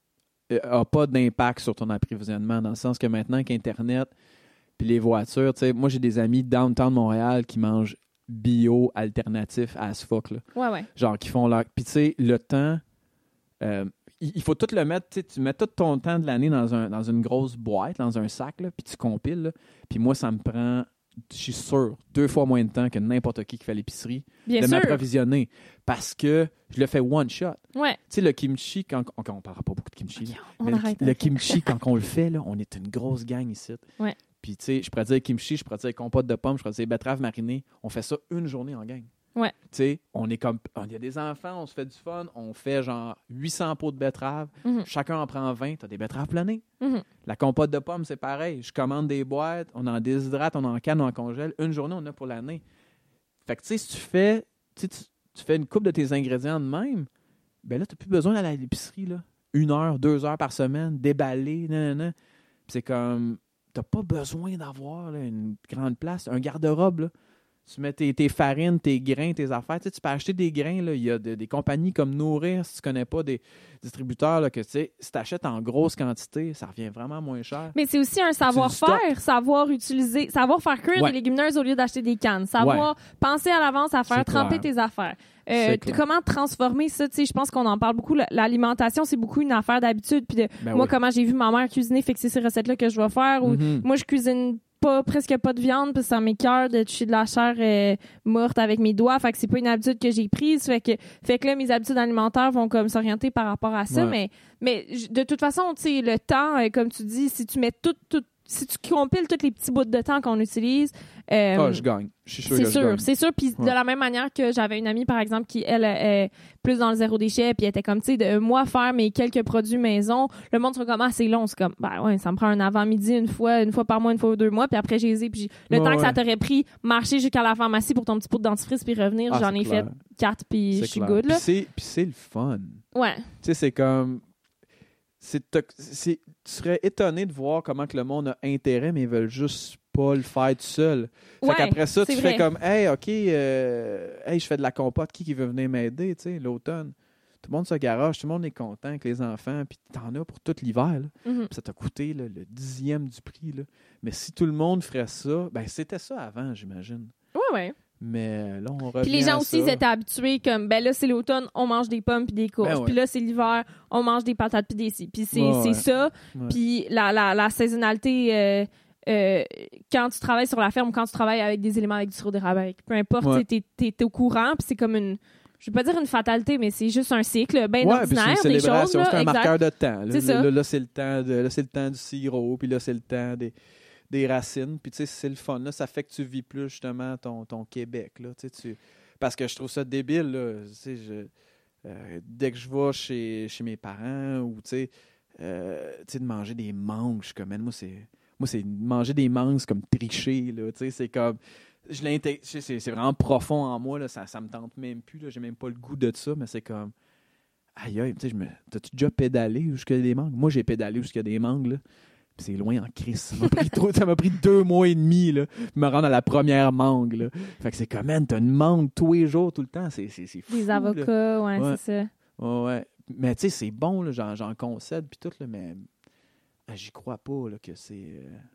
S2: a pas d'impact sur ton approvisionnement, dans le sens que maintenant qu'Internet puis les voitures, tu sais, moi j'ai des amis downtown Montréal qui mangent bio alternatif as fuck, là.
S1: Ouais, ouais.
S2: Genre, qui font leur... Puis, tu sais, le temps, euh, il faut tout le mettre, tu sais, tu mets tout ton temps de l'année dans, un, dans une grosse boîte, dans un sac, là, puis tu compiles, là. Puis moi, ça me prend, je suis sûr, deux fois moins de temps que n'importe qui qui fait l'épicerie
S1: Bien
S2: de
S1: sûr.
S2: m'approvisionner. Parce que je le fais one shot.
S1: Ouais.
S2: Tu sais, le kimchi, quand... quand on ne parlera pas beaucoup de kimchi,
S1: okay,
S2: mais
S1: arrête,
S2: le, le kimchi, quand on le fait, là, on est une grosse gang ici.
S1: Ouais.
S2: Puis, tu sais, je pourrais dire kimchi, je pourrais dire compote de pommes, je pourrais dire betterave marinée. On fait ça une journée en gang.
S1: Ouais.
S2: Tu sais, on est comme... Il y a des enfants, on se fait du fun. On fait genre huit cents pots de betterave. Mm-hmm. Chacun en prend vingt. Tu as des betteraves planées.
S1: Mm-hmm.
S2: La compote de pommes, c'est pareil. Je commande des boîtes, on en déshydrate, on en canne, on en congèle. Une journée, on a pour l'année. Fait que, tu sais, si tu fais... Tu, tu fais une coupe de tes ingrédients de même, ben là, tu n'as plus besoin d'aller à l'épicerie, là. Une heure, deux heures par semaine, déballer, nanana. Puis c'est comme... T'as pas besoin d'avoir là, une grande place. Un garde-robe, là. Tu mets tes, tes farines, tes grains, tes affaires. Tu sais, tu peux acheter des grains. Là. Il y a de, des compagnies comme Nourrir, si tu connais pas, des distributeurs, là, que tu sais, si tu achètes en grosse quantité, ça revient vraiment moins cher.
S1: Mais c'est aussi un savoir-faire, savoir utiliser, savoir faire cuire ouais. des légumineuses au lieu d'acheter des cannes. Savoir ouais. penser à l'avance à faire c'est tremper clair. Tes affaires. Euh, comment transformer ça, tu sais, je pense qu'on en parle beaucoup. L'alimentation, c'est beaucoup une affaire d'habitude. Puis de, ben moi, oui. comment j'ai vu ma mère cuisiner, fait que c'est ces recettes-là que je vais faire. Ou mm-hmm. moi, je cuisine pas, presque pas de viande, puis ça m'écoeure de toucher de la chair euh, morte avec mes doigts. Fait que c'est pas une habitude que j'ai prise. Fait que, fait que là, mes habitudes alimentaires vont comme s'orienter par rapport à ça. Ouais. Mais, mais de toute façon, tu sais, le temps, euh, comme tu dis, si tu mets tout, tout, si tu compiles tous les petits bouts de temps qu'on utilise,
S2: euh, oh, je gagne. Je suis sûr
S1: c'est
S2: que
S1: sûr,
S2: je gagne.
S1: c'est sûr. Puis ouais. de la même manière que j'avais une amie, par exemple, qui, elle, est plus dans le zéro déchet, puis elle était comme, tu sais, de moi faire mes quelques produits maison, le monde sera comme, ah, c'est long. C'est comme, ben ouais, ça me prend un avant-midi une fois, une fois par mois, une fois ou deux mois, puis après, j'ai les ai, puis le ouais, temps ouais. que ça t'aurait pris, marcher jusqu'à la pharmacie pour ton petit pot de dentifrice, puis revenir, ah, j'en ai clair. fait quatre, puis je suis good, là.
S2: Puis c'est, puis c'est le fun.
S1: Ouais.
S2: Tu sais, c'est comme... C'est, c'est, tu serais étonné de voir comment que le monde a intérêt, mais ils veulent juste pas le faire tout seul. Fait
S1: ouais,
S2: qu'après ça, tu
S1: vrai.
S2: fais comme, hey, OK, euh, hey, je fais de la compote, qui, qui veut venir m'aider, tu sais, l'automne? Tout le monde se garage, tout le monde est content avec les enfants, puis t'en as pour tout l'hiver, là. Mm-hmm. Puis ça t'a coûté là, le dixième du prix, là. Mais si tout le monde ferait ça, ben c'était ça avant, j'imagine.
S1: Ouais, ouais.
S2: Mais là, on revient
S1: Puis les gens
S2: à
S1: aussi,
S2: ça.
S1: ils étaient habitués comme, ben là, c'est l'automne, on mange des pommes puis des courges. Ben ouais. Puis là, c'est l'hiver, on mange des patates puis des scies. Puis c'est,
S2: ouais,
S1: c'est
S2: ouais.
S1: ça.
S2: Ouais.
S1: Puis la, la, la saisonnalité, euh, euh, quand tu travailles sur la ferme, quand tu travailles avec des éléments avec du sirop d'érable, peu importe, ouais. t'es, t'es, t'es au courant. Puis c'est comme une, je vais pas dire une fatalité, mais c'est juste un cycle bien
S2: ouais,
S1: ordinaire,
S2: c'est une
S1: des choses. Là,
S2: c'est un
S1: exact.
S2: marqueur de temps. Là,
S1: c'est
S2: là,
S1: ça.
S2: Là, là, c'est le temps de, là, c'est le temps du sirop, puis là, c'est le temps des... des racines, puis tu sais, c'est le fun, là, ça fait que tu vis plus, justement, ton, ton Québec, là, tu sais, tu... parce que je trouve ça débile, là, tu sais, je... euh, dès que je vais chez, chez mes parents, ou, tu sais, euh, tu sais, de manger des mangues, je suis comme, moi, c'est, moi, c'est manger des mangues, c'est comme tricher, là, tu sais, c'est comme, je l'intègre, c'est, c'est vraiment profond en moi, là, ça, ça me tente même plus, là, j'ai même pas le goût de ça, mais c'est comme, aïe, aïe, tu sais, je me... t'as-tu déjà pédalé jusqu'à des mangues? Moi, j'ai pédalé jusqu'à des mangues, là. Puis c'est loin en crise. Ça m'a pris, trop, ça m'a pris deux mois et demi là, pour me rendre à la première mangue. Là. Fait que c'est comme, man, t'as une mangue tous les jours, tout le temps. C'est, c'est, c'est fou.
S1: Des avocats, ouais,
S2: ouais,
S1: c'est ça.
S2: Ouais, ouais. Mais tu sais, c'est bon, là, j'en, j'en concède, puis tout, là, mais j'y crois pas là, que c'est... Euh...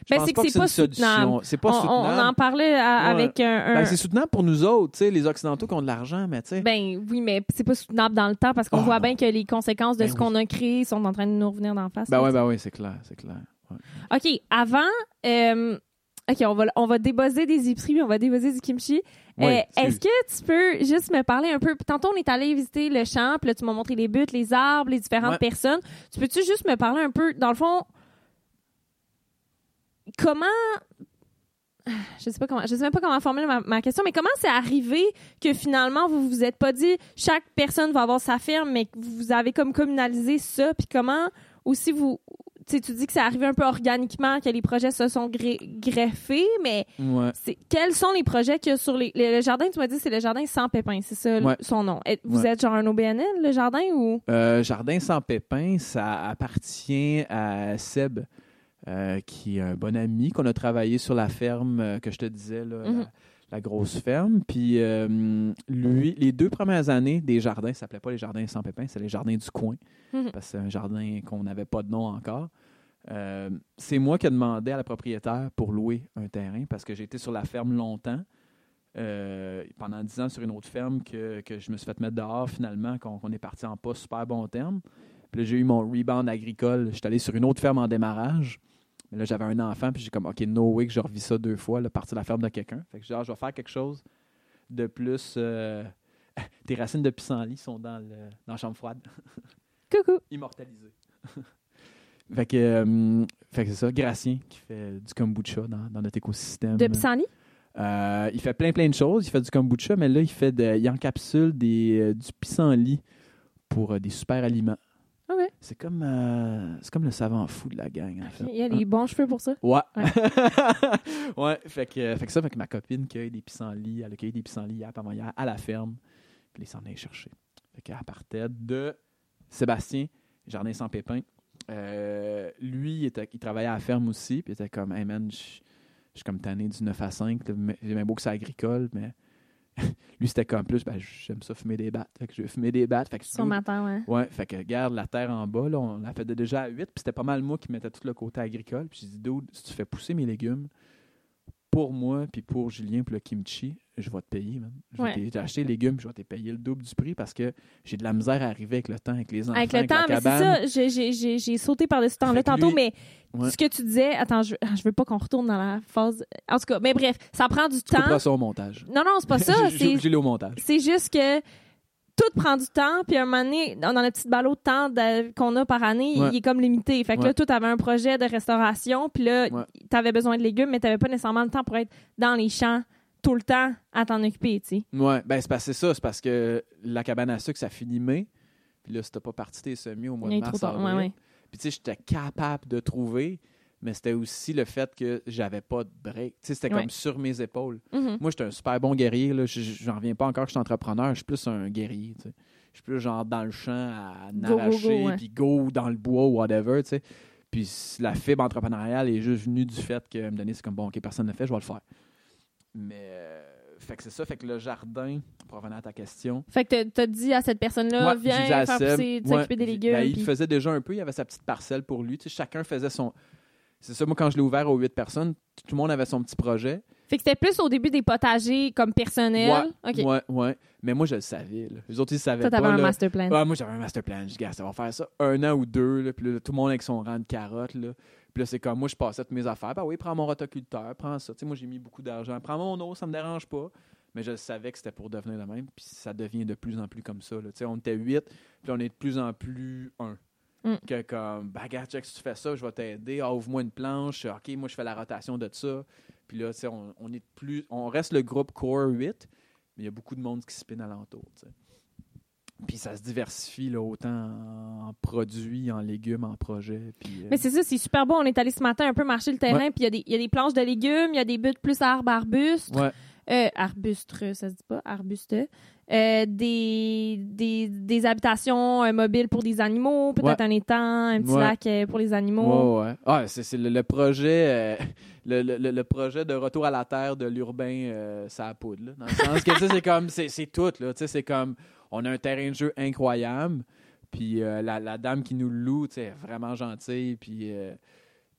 S1: Ben, c'est que c'est, c'est pas soutenable.
S2: C'est pas
S1: on,
S2: soutenable.
S1: On en parlait à, ouais. avec un... un...
S2: Ben, c'est soutenable pour nous autres, tu sais, les Occidentaux qui ont de l'argent, mais tu sais...
S1: Ben oui, mais c'est pas soutenable dans le temps parce qu'on oh, voit non. bien que les conséquences de ben ce oui. qu'on a créé sont en train de nous revenir d'en face.
S2: Ben oui, ben oui, c'est clair, c'est clair. Ouais.
S1: OK, avant... Euh, OK, on va, on va débosser des épiceries puis on va débosser du kimchi. Oui, euh, est-ce que tu peux juste me parler un peu... Tantôt, on est allé visiter le champ, puis là, tu m'as montré les buttes, les arbres, les différentes ouais. personnes. Tu peux-tu juste me parler un peu, dans le fond, comment... Je sais pas comment, je sais même pas comment formuler ma, ma question, mais comment c'est arrivé que finalement, vous vous êtes pas dit chaque personne va avoir sa ferme, mais que vous avez comme communalisé ça, puis comment aussi vous... Tu sais, tu dis que c'est arrivé un peu organiquement, que les projets se sont gré- greffés, mais
S2: ouais.
S1: c'est, quels sont les projets qu'il y a sur les... Le, le jardin, tu m'as dit, c'est le jardin sans pépins, c'est ça
S2: ouais.
S1: son nom. Et, vous
S2: ouais.
S1: êtes genre un O B N L, le jardin, ou...
S2: Euh, jardin sans pépins, ça appartient à Seb, euh, qui est un bon ami, qu'on a travaillé sur la ferme euh, que je te disais, là, mm-hmm. la, la grosse ferme. Puis euh, lui, les deux premières années des jardins, ça s'appelait pas les jardins sans pépins, c'est les jardins du coin. Mm-hmm. Parce que c'est un jardin qu'on n'avait pas de nom encore. Euh, c'est moi qui ai demandé à la propriétaire pour louer un terrain parce que j'ai été sur la ferme longtemps. Euh, pendant dix ans sur une autre ferme que, que je me suis fait mettre dehors finalement, qu'on, qu'on est parti en pas super bon terme. Puis là, j'ai eu mon rebound agricole. J'étais allé sur une autre ferme en démarrage. Mais là, j'avais un enfant, puis j'ai comme, OK, no way que je revis ça deux fois, là, partir de la ferme de quelqu'un. Fait que j'ai dit, ah, je vais faire quelque chose de plus... Euh... Tes racines de pissenlit sont dans, le, dans la chambre froide.
S1: Coucou!
S2: Immortalisées. Fait que, euh, fait que c'est ça, Gracien qui fait du kombucha dans, dans notre écosystème.
S1: De pissenlit?
S2: Euh, il fait plein plein de choses. Il fait du kombucha, mais là, il fait de, il encapsule des, euh, du pissenlit pour euh, des super aliments.
S1: Okay.
S2: C'est comme euh, c'est comme le savant fou de la gang, en fait.
S1: Il y a les bons cheveux pour ça?
S2: Ouais. Ouais, ouais fait, que, fait que ça, fait que ma copine cueille des pissenlits, elle a cueilli des pissenlits hier, avant hier, à la ferme, puis elle s'en est chercher. Fait qu'elle partait de Sébastien, Jardin sans pépins. Euh, lui, il, était, il travaillait à la ferme aussi, puis il était comme, hey man, je suis comme tanné du neuf à cinq, j'ai même beau que c'est agricole, mais lui, c'était comme plus, ben, j'aime ça fumer des battes. Fait que je vais fumer des battes. Fait que
S1: Son matin, ouais.
S2: Ouais, fait que garde la terre en bas, là, on la fait déjà à huit, puis c'était pas mal moi qui mettais tout le côté agricole. Puis j'ai dit, dude, si tu fais pousser mes légumes, pour moi, puis pour Julien, puis le kimchi, je vais te payer, man. Je
S1: ouais.
S2: vais j'ai acheté les légumes, puis je vais te payer le double du prix parce que j'ai de la misère à arriver avec le temps, avec les enfants, avec,
S1: avec le temps,
S2: la
S1: mais
S2: cabane.
S1: c'est ça, j'ai, j'ai, j'ai, j'ai sauté par-dessus ce temps-là tantôt, lui, mais ouais. ce que tu disais, attends, je, je veux pas qu'on retourne dans la phase... En tout cas, mais bref, ça prend du
S2: tu
S1: temps.
S2: Tu ça au montage.
S1: Non, non, c'est pas ça.
S2: j'ai, j'ai au montage.
S1: C'est juste que tout prend du temps, puis à un moment donné, dans le petit ballot de temps de, qu'on a par année, ouais. il est comme limité. Fait que ouais. là, toi, t'avais un projet de restauration, puis là, ouais. t'avais besoin de légumes, mais t'avais pas nécessairement le temps pour être dans les champs tout le temps à t'en occuper, tu sais.
S2: Oui, ben c'est, parce, c'est ça. C'est parce que la cabane à sucre, ça finit mai, puis là, si t'as pas parti tes semis au mois de mars, avril, ouais, ouais. puis tu sais, j'étais capable de trouver, mais c'était aussi le fait que j'avais pas de break. Tu sais, c'était ouais. comme sur mes épaules. Mm-hmm. Moi, j'étais un super bon guerrier. Là. J'en reviens pas encore que je suis entrepreneur. Je suis plus un guerrier. Tu sais. Je suis plus genre dans le champ à n'arracher, puis go, go dans le bois ou whatever. Tu sais. Puis la fibre entrepreneuriale est juste venue du fait que me donner, c'est comme bon, OK, personne ne le fait, je vais le faire. Mais, euh, fait que c'est ça. Fait que le jardin, pour revenir à ta question.
S1: Fait que t'as dit à cette personne-là,
S2: ouais,
S1: viens faire Seb, pousser, t'occuper ouais, des légumes. Ben,
S2: puis...
S1: Il
S2: le faisait déjà un peu. Il y avait sa petite parcelle pour lui. Tu sais, chacun faisait son. C'est ça, moi, quand je l'ai ouvert aux huit personnes, tout le monde avait son petit projet.
S1: Fait que c'était plus au début des potagers comme personnels.
S2: Ouais,
S1: okay.
S2: ouais, ouais. Mais moi, je le savais. Là. Les autres, ils ne savaient
S1: Toi,
S2: pas.
S1: Toi, t'avais
S2: là.
S1: un master plan.
S2: Ouais, moi, j'avais un master plan. Je dis, gars, ça va faire ça un an ou deux. Là, puis là, tout le monde avec son rang de carottes. Là. Puis là, c'est comme, moi, je passais toutes mes affaires. Ben oui, prends mon rotoculteur, prends ça. Tu sais, moi, j'ai mis beaucoup d'argent. Prends mon eau, ça me dérange pas. Mais je savais que c'était pour devenir le même. Puis ça devient de plus en plus comme ça. Là. Tu sais, on était huit, puis on est de plus en plus un. Mm. Que comme, bah, regarde, Jack, si tu fais ça, je vais t'aider. Ah, ouvre-moi une planche. OK, moi, je fais la rotation de ça. Puis là, tu sais, on, on est plus. On reste le groupe Core huit, mais il y a beaucoup de monde qui spin alentour, tu sais. Puis ça se diversifie là, autant en produits, en légumes, en projets. Puis, euh...
S1: Mais c'est ça, c'est super beau. On est allé ce matin un peu marcher le terrain, ouais. puis il y, y a des planches de légumes, il y a des buts plus arbres, arbustes.
S2: Ouais.
S1: Euh, arbustres, ça se dit pas, arbustes. Euh, des, des, des habitations euh, mobiles pour des animaux, peut-être ouais. un étang, un petit ouais. lac euh, pour les animaux.
S2: Ouais, ouais. Ah, c'est, c'est le, le projet euh, le, le, le projet de retour à la terre de l'urbain, euh, ça a poudre. Là, dans le sens que c'est comme c'est, c'est tout. Là, c'est comme on a un terrain de jeu incroyable. Puis euh, la, la dame qui nous le loue, est vraiment gentille. Puis euh,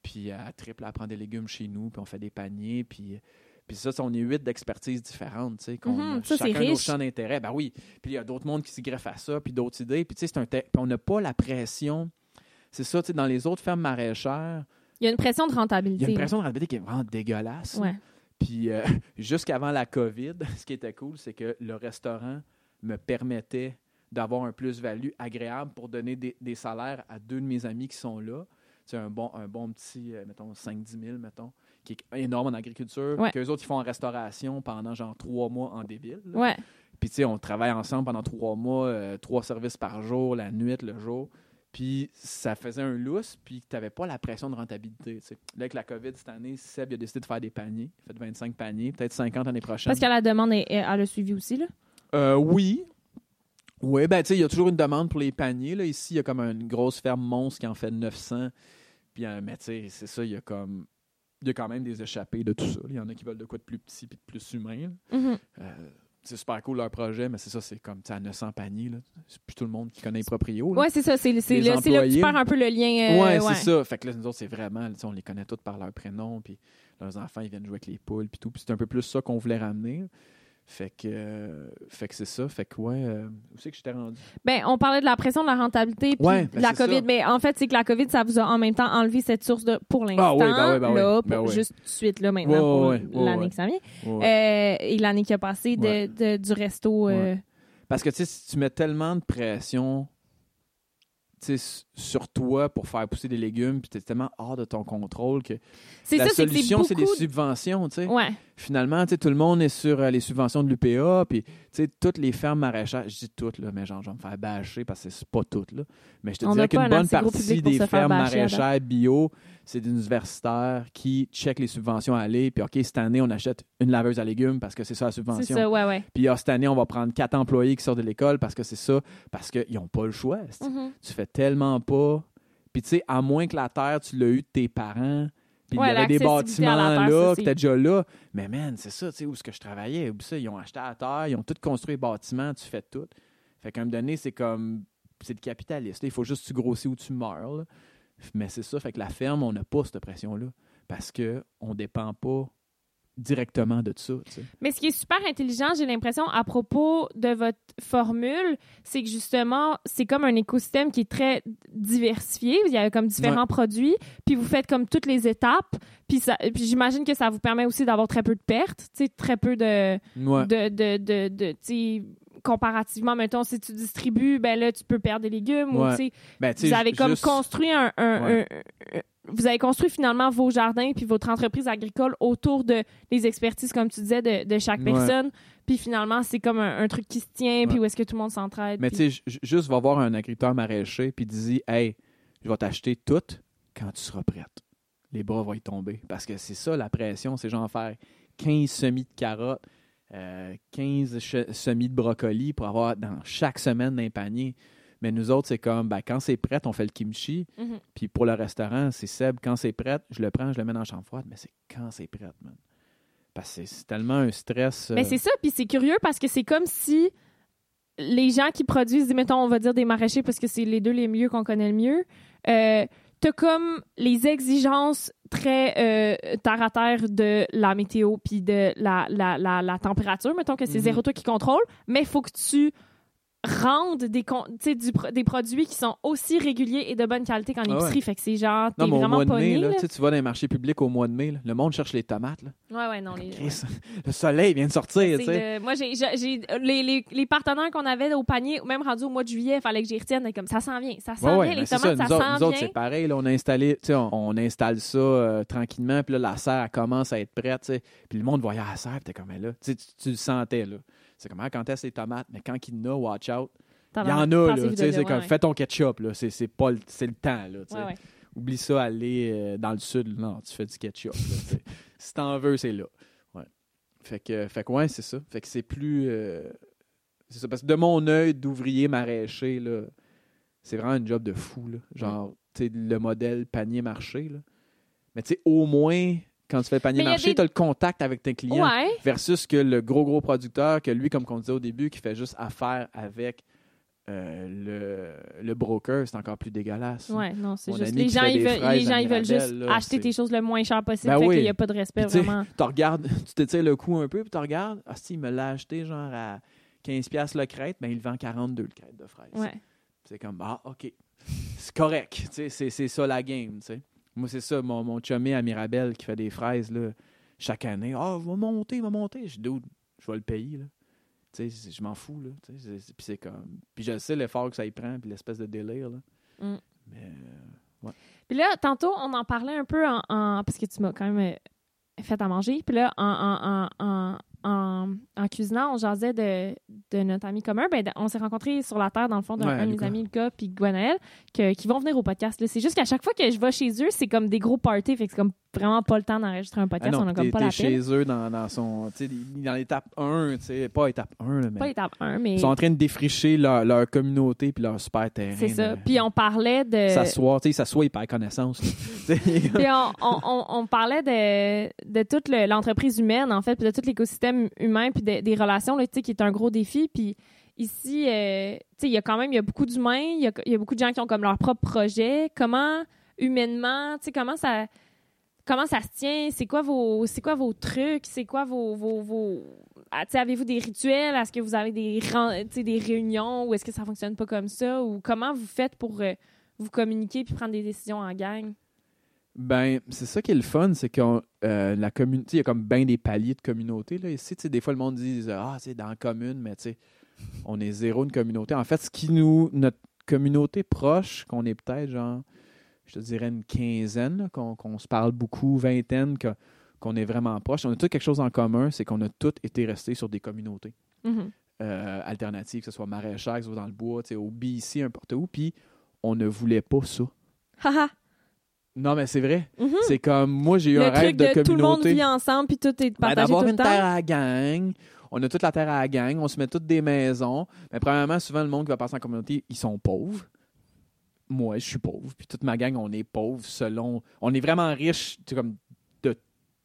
S2: puis elle triple, elle prend des légumes chez nous, puis on fait des paniers, puis... Puis ça, on est huit d'expertises différentes, tu sais, qu'on
S1: mm-hmm,
S2: a
S1: ça,
S2: chacun nos champs d'intérêt. Ben oui, puis il y a d'autres mondes qui s'y greffent à ça, puis d'autres idées. Puis tu sais, c'est un te... puis on n'a pas la pression. C'est ça, tu sais, dans les autres fermes maraîchères...
S1: Il y a une pression de rentabilité.
S2: Il y a une pression de rentabilité qui est vraiment dégueulasse.
S1: Ouais.
S2: Puis euh, jusqu'avant la COVID, ce qui était cool, c'est que le restaurant me permettait d'avoir un plus-value agréable pour donner des, des salaires à deux de mes amis qui sont là. C'est un bon, un bon petit, euh, mettons, cinq à dix mille, mettons, qui est énorme en agriculture.
S1: Ouais.
S2: Qu'eux autres, ils font en restauration pendant genre trois mois en débile. Là.
S1: Ouais.
S2: Puis, tu sais, on travaille ensemble pendant trois mois, euh, trois services par jour, la nuit, le jour. Puis, ça faisait un lousse, puis tu n'avais pas la pression de rentabilité. T'sais. Là, avec la COVID cette année, Seb il a décidé de faire des paniers. Il a fait vingt-cinq paniers, peut-être cinquante l'année prochaine.
S1: Parce que la demande, est, elle a suivi aussi, là?
S2: Euh, oui. Oui, ben tu sais, il y a toujours une demande pour les paniers. Là. Ici, il y a comme une grosse ferme monstre qui en fait neuf cents. Puis, euh, mais tu sais, c'est ça, il y a comme... Il y a quand même des échappés de tout ça. Il y en a qui veulent de quoi de plus petit et de plus humain.
S1: Mm-hmm.
S2: Euh, c'est super cool leur projet, mais c'est ça, c'est comme à neuf cents paniers. Là. C'est plus tout le monde qui connaît les proprios. Oui,
S1: c'est ça. C'est, c'est, le, c'est là que tu perds un peu le lien.
S2: Euh,
S1: ouais,
S2: c'est
S1: ouais.
S2: ça. Fait que là, nous autres, c'est vraiment... On les connaît tous par leur prénom. Puis leurs enfants, ils viennent jouer avec les poules. Puis tout. Puis c'est un peu plus ça qu'on voulait ramener. Fait que, euh, fait que c'est ça. Fait que, ouais, euh, où c'est que j'étais rendu?
S1: Ben, on parlait de la pression de la rentabilité puis
S2: ouais,
S1: de
S2: ben
S1: la COVID.
S2: Ça.
S1: Mais en fait, c'est que la COVID, ça vous a en même temps enlevé cette source de, pour l'instant,
S2: ah, oui, ben oui, ben
S1: là,
S2: oui,
S1: pour,
S2: ben oui.
S1: juste tout de suite, là, maintenant,
S2: ouais,
S1: pour
S2: ouais, ouais,
S1: l'année
S2: ouais,
S1: qui s'en vient.
S2: Ouais.
S1: Euh, et l'année qui a passé de,
S2: ouais.
S1: de, du resto. Euh...
S2: Ouais. Parce que, tu sais, si tu mets tellement de pression sur toi pour faire pousser des légumes, puis tu es tellement hors de ton contrôle que
S1: c'est
S2: la
S1: ça,
S2: solution,
S1: c'est, que c'est,
S2: c'est des subventions. Tu sais.
S1: Ouais.
S2: Finalement, tout le monde est sur euh, les subventions de l'U P A, puis toutes les fermes maraîchères, je dis toutes, là, mais genre, je vais me faire bâcher parce que c'est pas toutes. Là. Mais je te
S1: On
S2: dirais qu'une bonne partie des fermes maraîchères bio, c'est des universitaires qui checkent les subventions à aller, puis OK, cette année, on achète une laveuse à légumes parce que c'est ça la subvention.
S1: C'est ça, ouais, ouais.
S2: Puis ah, cette année, on va prendre quatre employés qui sortent de l'école parce que c'est ça, parce qu'ils n'ont pas le choix.
S1: Mm-hmm.
S2: Tu fais tellement pas. Puis tu sais, à moins que la terre, tu l'as eu de tes parents, puis
S1: ouais,
S2: il y avait des bâtiments
S1: terre,
S2: là, qui étaient déjà là. Mais man, c'est ça, tu sais, où est-ce que je travaillais? Ça, ils ont acheté à la terre, ils ont tout construit les bâtiments, tu fais tout. Fait qu'à un moment donné, c'est comme, c'est le capitaliste. Là. Il faut juste que tu grossis ou tu meurs. Là. Mais c'est ça, fait que la ferme, on n'a pas cette pression-là parce qu'on ne dépend pas directement de ça. Tu sais.
S1: Mais ce qui est super intelligent, j'ai l'impression, à propos de votre formule, c'est que justement, c'est comme un écosystème qui est très diversifié. Il y a comme différents ouais. produits, puis vous faites comme toutes les étapes. Puis, ça, puis j'imagine que ça vous permet aussi d'avoir très peu de pertes, tu sais, très peu de...
S2: Ouais.
S1: de, de, de, de tu sais, comparativement, mettons, si tu distribues, ben là, tu peux perdre des légumes.
S2: Ouais.
S1: Ou, tu sais,
S2: ben,
S1: vous avez comme
S2: juste...
S1: construit un... un, ouais. un, un vous avez construit finalement vos jardins puis votre entreprise agricole autour de les expertises, comme tu disais, de, de chaque personne. Ouais. Puis finalement, c'est comme un, un truc qui se tient, ouais. puis où est-ce que tout le monde s'entraide.
S2: Mais
S1: puis...
S2: tu sais, juste va voir un agriculteur maraîcher puis dis, hey, je vais t'acheter tout quand tu seras prête. Les bras vont y tomber. Parce que c'est ça la pression, c'est genre faire quinze semis de carottes, euh, quinze ch- semis de brocolis pour avoir dans chaque semaine d'un panier. Mais nous autres, c'est comme, ben, quand c'est prêt, on fait le kimchi.
S1: Mm-hmm.
S2: Puis pour le restaurant, c'est Seb, quand c'est prêt, je le prends, je le mets dans la chambre froide. Mais c'est quand c'est prêt, man. Parce que c'est tellement un stress. Euh...
S1: Mais c'est ça, puis c'est curieux parce que c'est comme si les gens qui produisent, mettons, on va dire des maraîchers parce que c'est les deux les mieux qu'on connaît le mieux, euh, t'as comme les exigences très euh, terre à terre de la météo puis de la, la, la, la température. Mettons que c'est mm-hmm. zéro toi qui contrôle, mais il faut que tu rendent des, du, des produits qui sont aussi réguliers et de bonne qualité qu'en épicerie. Ah ouais. Fait que c'est genre, t'es non, vraiment pogné.
S2: Là, tu vas dans les marchés publics au mois de mai, là, le monde cherche les tomates. Là.
S1: Ouais, ouais, non. Les, ouais.
S2: Le soleil vient de sortir, tu sais.
S1: Moi, j'ai, j'ai, les, les, les partenaires qu'on avait au panier, même rendu au mois de juillet, il fallait que j'y retienne. Comme ça s'en vient, ça s'en
S2: ouais,
S1: vient,
S2: ouais,
S1: les tomates, ça,
S2: ça
S1: s'en
S2: vient. Nous autres, c'est pareil. Là, on, a installé, on, on installe ça euh, tranquillement, puis là, la serre, elle commence à être prête. T'sais. Puis le monde voyait la serre, puis t'es comme, là, tu, tu le sentais. Là. C'est comme, quand est-ce les tomates? Mais quand il y en a, watch out. Il y en a, là, tu sais, c'est ouais, comme, ouais. fais ton ketchup, là, c'est, c'est, pas le, c'est le temps, là, tu sais.
S1: Ouais, ouais.
S2: Oublie ça, aller euh, dans le sud, non, tu fais du ketchup, là, si t'en veux, c'est là. Ouais. Fait que, fait que, ouais, c'est ça. Fait que c'est plus, euh, c'est ça, parce que de mon œil d'ouvrier maraîcher, là, c'est vraiment un job de fou, là, genre, mm. tu sais, le modèle panier-marché, là. Mais tu sais, au moins... Quand tu fais panier-marché, des... tu as le contact avec tes clients
S1: ouais.
S2: versus que le gros, gros producteur, que lui, comme on disait au début, qui fait juste affaire avec Euh, le, le broker, c'est encore plus dégueulasse.
S1: Ouais, non, c'est juste. Les gens, ils veulent, les gens, ils veulent juste là, acheter c'est... tes choses le moins cher possible. Ben fait oui. qu'il n'y a pas de respect puis vraiment.
S2: Tu regardes, tu te tires le coup un peu, puis tu regardes. Ah, si, il me l'a acheté genre à quinze dollars le crête, ben il vend quarante-deux le crête de fraises.
S1: Ouais.
S2: C'est comme, ah, OK. C'est correct. C'est, c'est ça la game. T'sais. Moi, c'est ça, mon, mon chumé à Mirabel qui fait des fraises là, chaque année. Ah, oh, va monter, va monter. Je dis, je vais le payer. Là. Tu sais, je m'en fous, là. C'est, c'est, puis c'est comme... Puis je sais l'effort que ça y prend, puis l'espèce de délire, là.
S1: Mm.
S2: Mais, euh, ouais.
S1: Puis là, tantôt, on en parlait un peu en... en parce que tu m'as quand même fait à manger. Puis là, en, en, en, en, en cuisinant, on jasait de, de notre ami commun. Ben, on s'est rencontrés sur la terre, dans le fond, d'un ouais, de mes amis, Lucas puis Gwenaël, que, qui vont venir au podcast. Là. C'est juste qu'à chaque fois que je vais chez eux, c'est comme des gros parties. Fait que c'est comme vraiment pas le temps d'enregistrer un podcast.
S2: Ah non,
S1: on a comme pas la peine.
S2: T'es chez eux dans, dans son... Tu sais, dans l'étape un, tu sais, pas étape un, là, mais...
S1: Pas étape un, mais...
S2: Ils sont en train de défricher leur, leur communauté puis leur super terrain.
S1: C'est ça.
S2: De...
S1: Puis on parlait de...
S2: S'asseoir, tu sais, s'asseoir, il perd connaissance.
S1: Puis on, on, on, on parlait de, de toute le, l'entreprise humaine, en fait, puis de tout l'écosystème humain, puis de, des relations, là, tu sais, qui est un gros défi. Puis ici, euh, tu sais, il y a quand même, il y a beaucoup d'humains, il y a, il y a beaucoup de gens qui ont comme leur propre projet. Comment, humainement, tu sais, comment ça... Comment ça se tient? C'est quoi vos, c'est quoi vos trucs? C'est quoi vos... vos, vos... Ah, avez-vous des rituels? Est-ce que vous avez des, des réunions? Ou est-ce que ça fonctionne pas comme ça? Ou comment vous faites pour euh, vous communiquer puis prendre des décisions en gang?
S2: Ben, c'est ça qui est le fun, c'est que euh, la communauté, il y a comme bien des paliers de communauté. Là. Ici, des fois, le monde dit « Ah, c'est dans la commune, mais tu sais, on est zéro une communauté. » En fait, ce qui nous... Notre communauté proche, qu'on est peut-être genre... je te dirais une quinzaine, là, qu'on, qu'on se parle beaucoup, vingtaine, que, qu'on est vraiment proche. On a tous quelque chose en commun, c'est qu'on a tous été restés sur des communautés
S1: mm-hmm.
S2: euh, alternatives, que ce soit maraîchère, que ce soit dans le bois, au B C, n'importe où, puis on ne voulait pas ça.
S1: Haha!
S2: Non, mais c'est vrai.
S1: Mm-hmm.
S2: C'est comme, moi, j'ai eu
S1: le
S2: un rêve de, de communauté.
S1: Tout le monde vit ensemble, puis tout est partagé
S2: ben, d'avoir
S1: tout le
S2: une
S1: temps.
S2: terre à la gang. On a toute la terre à la gang. On se met toutes des maisons. Mais premièrement, souvent, le monde qui va passer en communauté, ils sont pauvres. Moi, je suis pauvre. Puis toute ma gang, on est pauvre selon... On est vraiment riche comme de,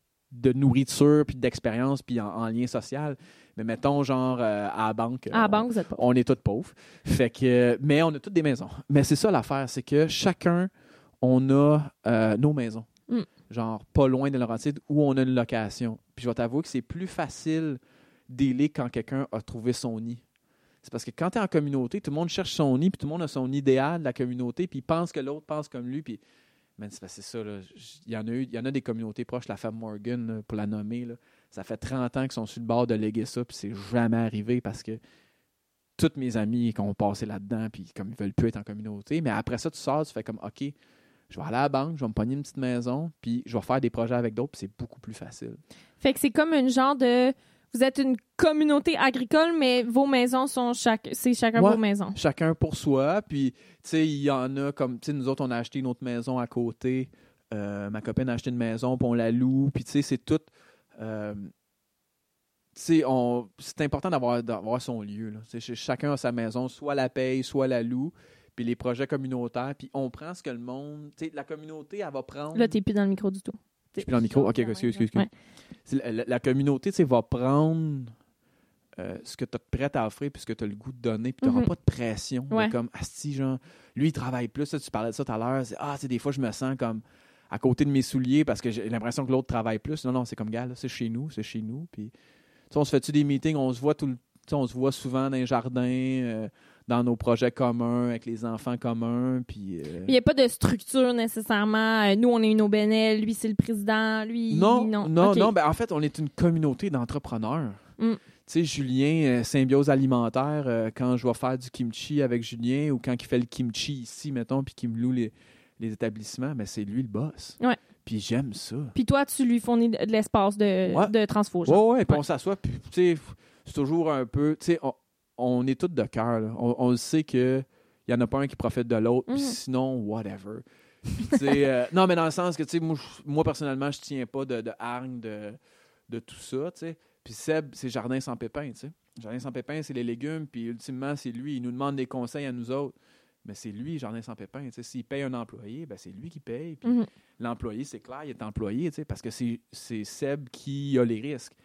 S2: de nourriture, puis d'expérience, puis en, en lien social. Mais mettons, genre, euh, à la banque...
S1: À la
S2: on,
S1: banque, vous êtes pauvres.
S2: On est tous pauvres. Fait que... Mais on a toutes des maisons. Mais c'est ça l'affaire, c'est que chacun, on a euh, nos maisons.
S1: Mm.
S2: Genre, pas loin de Laurentides, où on a une location. Puis je vais t'avouer que c'est plus facile d'aider quand quelqu'un a trouvé son nid. C'est parce que quand tu es en communauté, tout le monde cherche son nid, puis tout le monde a son idéal de la communauté, puis il pense que l'autre pense comme lui. Puis, man, c'est, c'est ça. Il y en a eu, il y en a des communautés proches, la femme Morgan, là, pour la nommer. Là, ça fait trente ans qu'ils sont sur le bord de léguer ça, puis c'est jamais arrivé parce que tous mes amis qui ont passé là-dedans, puis comme ils veulent plus être en communauté. Mais après ça, tu sors, tu fais comme, OK, je vais aller à la banque, je vais me pogner une petite maison, puis je vais faire des projets avec d'autres, puis c'est beaucoup plus facile.
S1: Fait que c'est comme une genre de... Vous êtes une communauté agricole, mais vos maisons sont chaque, c'est chacun
S2: ouais,
S1: vos maisons.
S2: Chacun pour soi. Puis, tu sais, il y en a comme, tu sais, nous autres, on a acheté une autre maison à côté. Euh, ma copine a acheté une maison, puis on la loue. Puis, tu sais, c'est tout. Euh, tu sais, on, c'est important d'avoir, d'avoir son lieu. Là. Chacun a sa maison, soit la paye, soit la loue. Puis les projets communautaires. Puis on prend ce que le monde. Tu sais, la communauté, elle va prendre.
S1: Là, t'es plus dans le micro du tout.
S2: Je suis plus dans le micro? OK, excuse, excuse, excuse. Ouais. La, la communauté, tu sais, va prendre euh, ce que tu es prête à offrir puis ce que tu as le goût de donner. Puis tu n'auras mm-hmm. pas de pression.
S1: Ouais.
S2: De comme, ah, si, genre, lui, il travaille plus. Ça, tu parlais de ça tout à l'heure. C'est, ah, tu sais, des fois, je me sens comme à côté de mes souliers parce que j'ai l'impression que l'autre travaille plus. Non, non, c'est comme, gars, là, c'est chez nous, c'est chez nous. Puis, tu sais, on se fait-tu des meetings? On se voit tout le Tu sais, on se voit souvent dans les jardins, euh, dans nos projets communs, avec les enfants communs. Puis, euh... il
S1: n'y a pas de structure nécessairement. Nous, on est une aubaine, lui, c'est le président, lui...
S2: Non,
S1: non,
S2: non,
S1: okay.
S2: non. Ben, en fait, on est une communauté d'entrepreneurs.
S1: Mm.
S2: Tu sais, Julien, euh, Symbiose Alimentaire, euh, quand je vais faire du kimchi avec Julien ou quand il fait le kimchi ici, mettons, puis qu'il me loue les, les établissements, ben, c'est lui le boss.
S1: Ouais.
S2: Puis j'aime ça.
S1: Puis toi, tu lui fournis de l'espace de,
S2: ouais.
S1: de transfo.
S2: Oui, oui, puis ouais. on s'assoit, puis tu sais... C'est toujours un peu... Tu sais, on, on est tous de cœur. Là. On, on le sait qu'il n'y en a pas un qui profite de l'autre. Mm-hmm. Puis sinon, whatever. Puis, tu sais... euh, non, mais dans le sens que, tu sais, moi, moi, personnellement, je tiens pas de, de hargne de, de tout ça, tu sais. Puis Seb, c'est Jardin sans pépins, tu sais. Jardin sans pépins, c'est les légumes. Puis ultimement, c'est lui. Il nous demande des conseils à nous autres. Mais c'est lui, Jardin sans pépins. Tu sais. S'il paye un employé, ben c'est lui qui paye. Puis mm-hmm. l'employé, c'est clair, il est employé, tu sais, parce que c'est, c'est Seb qui a les risques.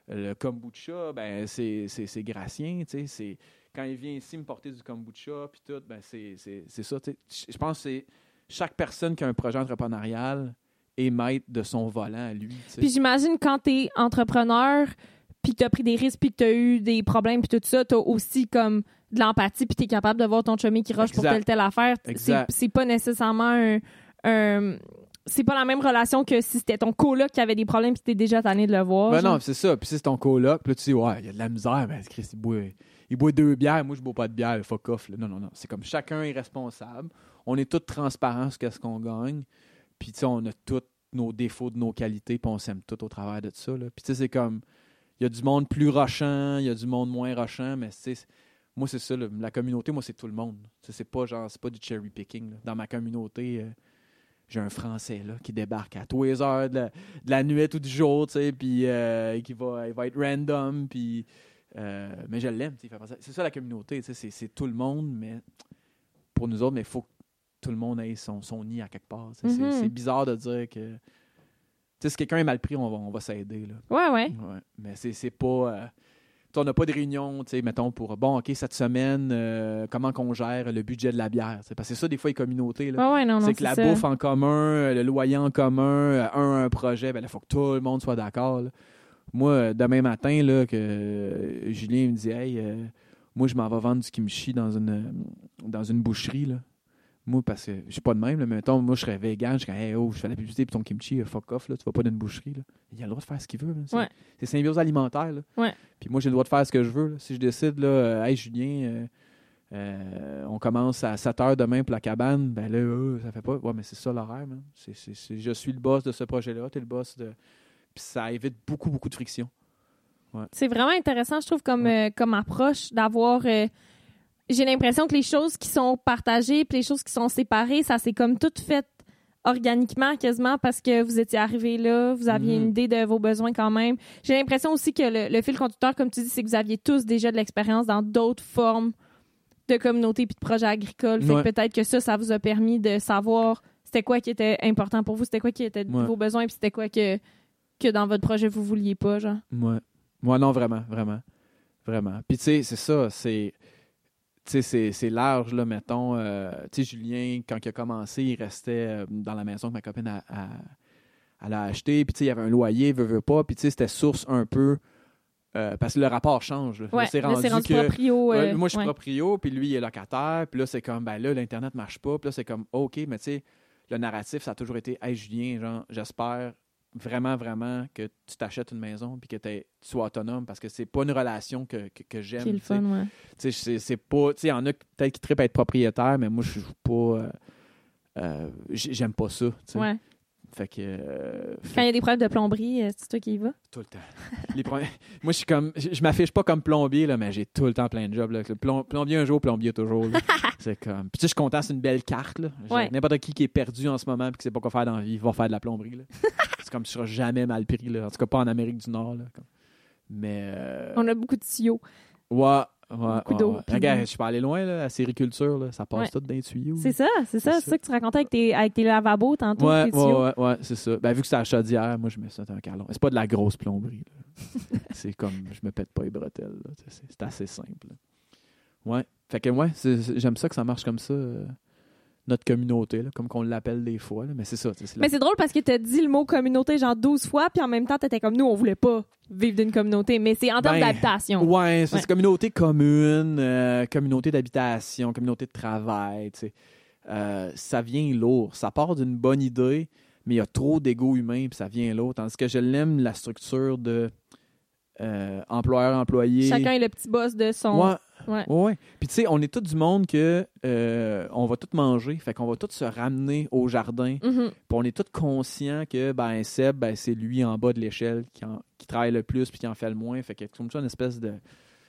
S2: le kombucha, ben c'est, c'est, c'est Gratien, tu sais, c'est... Quand il vient ici me porter du kombucha, puis tout, ben c'est, c'est, c'est ça, tu sais. Je pense que c'est chaque personne qui a un projet entrepreneurial est maître de son volant à lui, tu sais.
S1: Puis j'imagine quand t'es entrepreneur, puis que t'as pris des risques, puis que t'as eu des problèmes, puis tout ça, t'as aussi comme de l'empathie, puis t'es capable de voir ton chummy qui rush pour telle telle affaire. C'est, c'est pas nécessairement un... un c'est pas la même relation que si c'était ton coloc qui avait des problèmes puis t'es déjà tanné de le voir.
S2: Ben genre. Non, c'est ça. Puis si c'est ton coloc, puis là tu dis, ouais, il y a de la misère, ben Chris, il boit, il boit deux bières, moi je bois pas de bière, fuck off. Là. Non, non, non. C'est comme chacun est responsable. On est tous transparents sur ce qu'on gagne. Puis tu sais, on a tous nos défauts, de nos qualités, puis on s'aime tous au travers de ça. Puis tu sais, c'est comme, il y a du monde plus rushant, il y a du monde moins rushant, mais tu sais, moi c'est ça, là, la communauté, moi c'est tout le monde. T'sais, c'est pas genre, c'est pas du cherry picking. Là. Dans ma communauté... Euh, j'ai un Français là, qui débarque à tous les heures de la, de la nuit ou du jour, tu sais, puis euh, qui va, il va être random, puis... Euh, mais je l'aime, tu sais. C'est ça la communauté, tu sais, c'est, c'est tout le monde, mais pour nous autres, mais il faut que tout le monde ait son, son nid à quelque part. Mm-hmm. C'est, c'est bizarre de dire que... Tu sais, si quelqu'un est mal pris, on va, on va s'aider, là.
S1: Ouais, ouais.
S2: ouais mais c'est, c'est pas... Euh, on n'a pas de réunion, tu sais, mettons, pour, bon, OK, cette semaine, euh, comment qu'on gère le budget de la bière, t'sais, parce que c'est ça, des fois, les communautés, là.
S1: Ouais, ouais, non, non,
S2: c'est que
S1: c'est
S2: la
S1: ça.
S2: bouffe en commun, le loyer en commun, un, un projet, ben là, il faut que tout le monde soit d'accord, là. Moi, demain matin, là, que euh, Julien me dit, hey, euh, moi, je m'en vais vendre du kimchi dans une, dans une boucherie, là. Moi, parce que je suis pas de même, là, mais mettons, moi, je serais vegan, je serais, hey, oh, je fais la publicité pour ton kimchi, fuck off, là, tu vas pas dans une boucherie, là. Il a le droit de faire ce qu'il veut, là. C'est,
S1: ouais.
S2: c'est symbiose alimentaire, là.
S1: Ouais.
S2: Puis moi, j'ai le droit de faire ce que je veux, là. Si je décide, là, euh, hey, Julien, euh, euh, on commence à sept heures demain pour la cabane, ben là, euh, ça fait pas. Ouais, mais c'est ça l'horaire, man. C'est, c'est, c'est, je suis le boss de ce projet-là, t'es le boss de. Puis ça évite beaucoup, beaucoup de friction. Ouais.
S1: C'est vraiment intéressant, je trouve, comme, ouais. euh, comme approche d'avoir. Euh, j'ai l'impression que les choses qui sont partagées puis les choses qui sont séparées, ça s'est comme tout fait organiquement quasiment parce que vous étiez arrivés là, vous aviez mm-hmm. une idée de vos besoins quand même. J'ai l'impression aussi que le, le fil conducteur, comme tu dis, c'est que vous aviez tous déjà de l'expérience dans d'autres formes de communautés puis de projets agricoles. Fait ouais. que peut-être que ça, ça vous a permis de savoir c'était quoi qui était important pour vous, c'était quoi qui était ouais. vos besoins puis c'était quoi que, que dans votre projet vous vouliez pas, genre.
S2: Ouais. Moi, non, vraiment, vraiment. Vraiment. Puis tu sais, c'est ça, c'est... Tu sais, c'est, c'est large, là, mettons. Euh, tu sais, Julien, quand il a commencé, il restait euh, dans la maison que ma copine a, a, elle a acheté. Puis, tu sais, il y avait un loyer, veut, veut pas. Puis, tu sais, c'était source un peu... Euh, parce que le rapport change. Là.
S1: Ouais,
S2: là, c'est
S1: là,
S2: rendu,
S1: c'est rendu
S2: que,
S1: proprio. Euh,
S2: ouais, moi, je suis
S1: ouais.
S2: proprio, puis lui, il est locataire. Puis là, c'est comme, ben là, l'Internet marche pas. Puis là, c'est comme, OK, mais tu sais, le narratif, ça a toujours été, hey, Julien, genre, j'espère vraiment, vraiment que tu t'achètes une maison puis que tu sois autonome parce que c'est pas une relation que, que, que j'aime.
S1: C'est le fun, ouais.
S2: Tu sais, c'est, c'est pas... Tu sais, il y en a peut-être qui trippent à être propriétaire, mais moi, je suis pas... Euh, euh, j'aime pas ça, tu sais.
S1: Ouais.
S2: Fait que... Euh, fait...
S1: Quand il y a des problèmes de plomberie, c'est toi qui y vas?
S2: Tout le temps. Les pro... Moi, je suis comme... Je, je m'affiche pas comme plombier, là, mais j'ai tout le temps plein de jobs, là. Plom... Plombier un jour, plombier toujours, là. C'est comme... Puis tu sais, je suis content, c'est une belle carte, là.
S1: Ouais.
S2: N'importe qui qui est perdu en ce moment et qui sait pas quoi faire dans la vie va faire de la plomberie, là. C'est comme tu seras jamais mal pris, là. En tout cas, pas en Amérique du Nord, là. Comme... Mais... Euh...
S1: On a beaucoup de tuyaux.
S2: Ouais. Ouais,
S1: beaucoup d'eau.
S2: Ouais, ouais. Regarde, je suis pas allé loin, là, la sériculture, là, ça passe
S1: ouais.
S2: tout dans les tuyaux.
S1: C'est ça, c'est ça, c'est, c'est ça que tu racontais avec tes, avec tes lavabos tantôt.
S2: Ouais,
S1: tes tuyaux.
S2: ouais, ouais, ouais, c'est ça. Ben, vu que c'est à la chaudière, moi, je mets ça dans un carlon. C'est pas de la grosse plomberie, là. C'est comme, je me pète pas les bretelles, là. C'est, c'est assez simple. Là. Ouais. Fait que, ouais, c'est, c'est, j'aime ça que ça marche comme ça. Euh... notre communauté, là, comme qu'on l'appelle des fois. Là. Mais c'est ça. C'est la...
S1: Mais c'est drôle parce que t'as dit le mot communauté genre douze fois, puis en même temps, t'étais comme nous, on voulait pas vivre d'une communauté. Mais c'est en termes
S2: ben,
S1: d'habitation.
S2: Ouais, c'est,
S1: ouais.
S2: c'est communauté commune, euh, communauté d'habitation, communauté de travail. Tu sais. Euh, ça vient lourd. Ça part d'une bonne idée, mais il y a trop d'ego humain, puis ça vient lourd. Tandis que je l'aime, la structure de euh, employeur-employé.
S1: Chacun est le petit boss de son...
S2: Ouais.
S1: Ouais.
S2: Ouais. Puis tu sais, on est tout du monde que euh, on va tout manger, fait qu'on va tout se ramener au jardin.
S1: Mm-hmm.
S2: Puis on est tous conscients que ben Seb, ben c'est lui en bas de l'échelle qui, en, qui travaille le plus puis qui en fait le moins. Fait qu'il y a comme ça une espèce de,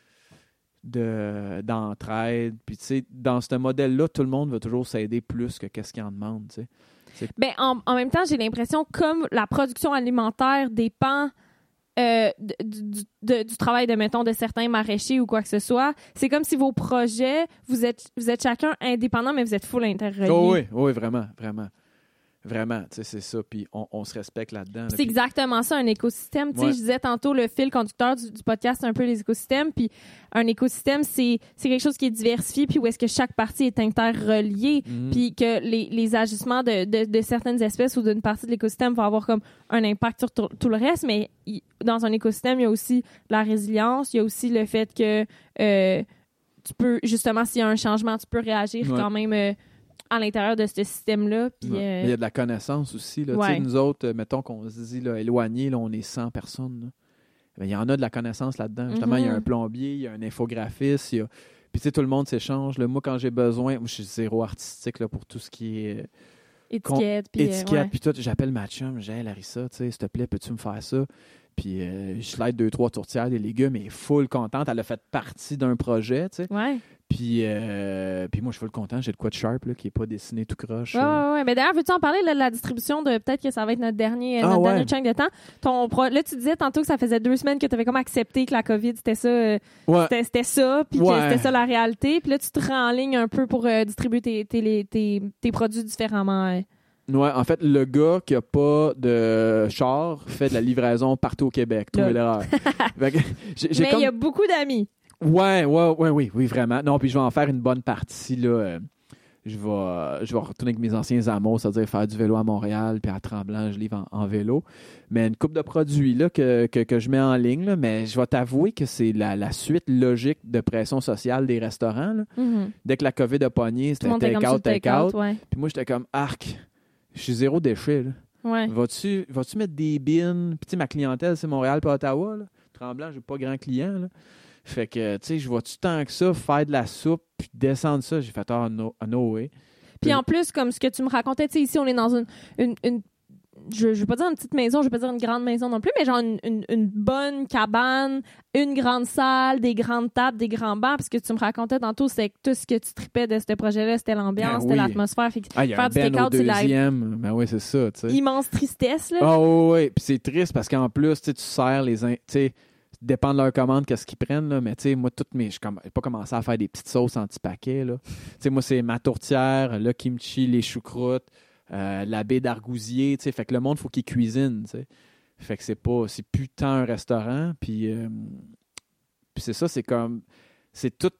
S2: de d'entraide. Puis tu sais, dans ce modèle-là, tout le monde va toujours s'aider plus que qu'est-ce qu'il en demande. Tu sais. C'est...
S1: Ben en, en même temps, j'ai l'impression comme la production alimentaire dépend. Euh, du, du, de, du travail de, mettons, de certains maraîchers ou quoi que ce soit. C'est comme si vos projets, vous êtes, vous êtes chacun indépendant, mais vous êtes full interreliés.
S2: Oh oui, oui, vraiment, vraiment. Vraiment, tu sais, c'est ça. Puis on, on se respecte là-dedans. Là,
S1: c'est
S2: puis...
S1: exactement ça, un écosystème. Tu sais,
S2: Ouais.
S1: je disais tantôt, le fil conducteur du, du podcast, c'est un peu les écosystèmes. Puis un écosystème, c'est, c'est quelque chose qui est diversifié, puis où est-ce que chaque partie est interreliée,
S2: Mm-hmm.
S1: puis que les, les ajustements de, de, de certaines espèces ou d'une partie de l'écosystème vont avoir comme un impact sur tout, tout le reste. Mais il, dans un écosystème, il y a aussi la résilience, il y a aussi le fait que euh, tu peux, justement, s'il y a un changement, tu peux réagir
S2: Ouais.
S1: quand même... Euh, à l'intérieur de ce système-là. Puis,
S2: ouais.
S1: euh...
S2: Mais il y a de la connaissance aussi. Là.
S1: Ouais.
S2: Nous autres, euh, mettons qu'on se dit là, éloignés, là, on est cent personnes. Là. Ben, il y en a de la connaissance là-dedans. Justement, il mm-hmm. y a un plombier, il y a un infographiste. Y a... Puis tu sais, tout le monde s'échange. Là. Moi, quand j'ai besoin, moi, je suis zéro artistique là, pour tout ce qui est...
S1: Étiquette.
S2: Con... Étiquette.
S1: Euh, ouais.
S2: Puis tout, j'appelle ma chum, j'ai hey, Larissa, s'il te plaît, peux-tu me faire ça? Puis euh, je l'aide deux, trois tourtières, des légumes, elle est full contente. Elle a fait partie d'un projet, tu sais.
S1: Ouais.
S2: Puis, euh, puis moi, je suis full content. J'ai de quoi de sharp là, qui n'est pas dessiné tout croche.
S1: Ouais,
S2: euh.
S1: ouais, ouais. Mais d'ailleurs, veux-tu en parler là, de la distribution de peut-être que ça va être notre dernier,
S2: ah,
S1: notre
S2: ouais.
S1: dernier chunk de temps? Ton pro... Là, tu disais tantôt que ça faisait deux semaines que tu avais comme accepté que la COVID, c'était ça, euh,
S2: ouais.
S1: c'était, c'était ça, puis
S2: ouais.
S1: que c'était ça la réalité. Puis là, tu te rends en ligne un peu pour euh, distribuer tes, tes, tes, tes produits différemment. Euh.
S2: Ouais, en fait, le gars qui a pas de char fait de la livraison partout au Québec. Trouvez l'erreur. j'ai, j'ai
S1: Mais il
S2: comme...
S1: y a beaucoup d'amis.
S2: Ouais, ouais, ouais, oui, oui, vraiment. Non, puis je vais en faire une bonne partie, là. Euh, je vais, euh, je vais retourner avec mes anciens amours, c'est-à-dire faire du vélo à Montréal, puis à Tremblant, je livre en, en vélo. Mais une couple de produits, là, que, que, que je mets en ligne, là, mais je vais t'avouer que c'est la, la suite logique de pression sociale des restaurants, là.
S1: Mm-hmm.
S2: Dès que la COVID a pogné, c'était take-out, take-out.
S1: Ouais.
S2: Puis moi, j'étais comme, arc, je suis zéro déchet, là.
S1: Ouais.
S2: Vas-tu, vas-tu mettre des bins? Puis tu sais, ma clientèle, c'est Montréal et Ottawa, là. Tremblant, j'ai pas grand client, là. Fait que, tu sais, je vois-tu tant que ça faire de la soupe puis descendre ça? J'ai fait, ah, oh, no, no way.
S1: Puis en plus, comme ce que tu me racontais, tu sais, ici, on est dans une... une, une je, je veux pas dire une petite maison, je veux pas dire une grande maison non plus, mais genre une, une, une bonne cabane, une grande salle, des grandes tables, des grands bancs. Parce que tu me racontais tantôt, c'est que tout ce que tu tripais de ce projet-là, c'était l'ambiance, ben, c'était oui. l'atmosphère. Fait que
S2: ah, il y a
S1: faire
S2: un
S1: du
S2: ben
S1: take-out,
S2: au deuxième. Ben oui, c'est ça, tu sais.
S1: Immense tristesse, là.
S2: Ah oh, oui, puis c'est triste parce qu'en plus, tu sers les... In- t'sais, dépend de leur commande, qu'est-ce qu'ils prennent, là. Mais tu sais, moi, toutes mes. Je n'ai pas commencé à faire des petites sauces anti-paquets, là. Tu sais, moi, c'est ma tourtière, le kimchi, les choucroutes, euh, la baie d'argousier, tu sais. Fait que le monde, il faut qu'il cuisine, tu sais. Fait que c'est pas. C'est plus tant un restaurant. Puis, euh, puis c'est ça, c'est comme. C'est tout.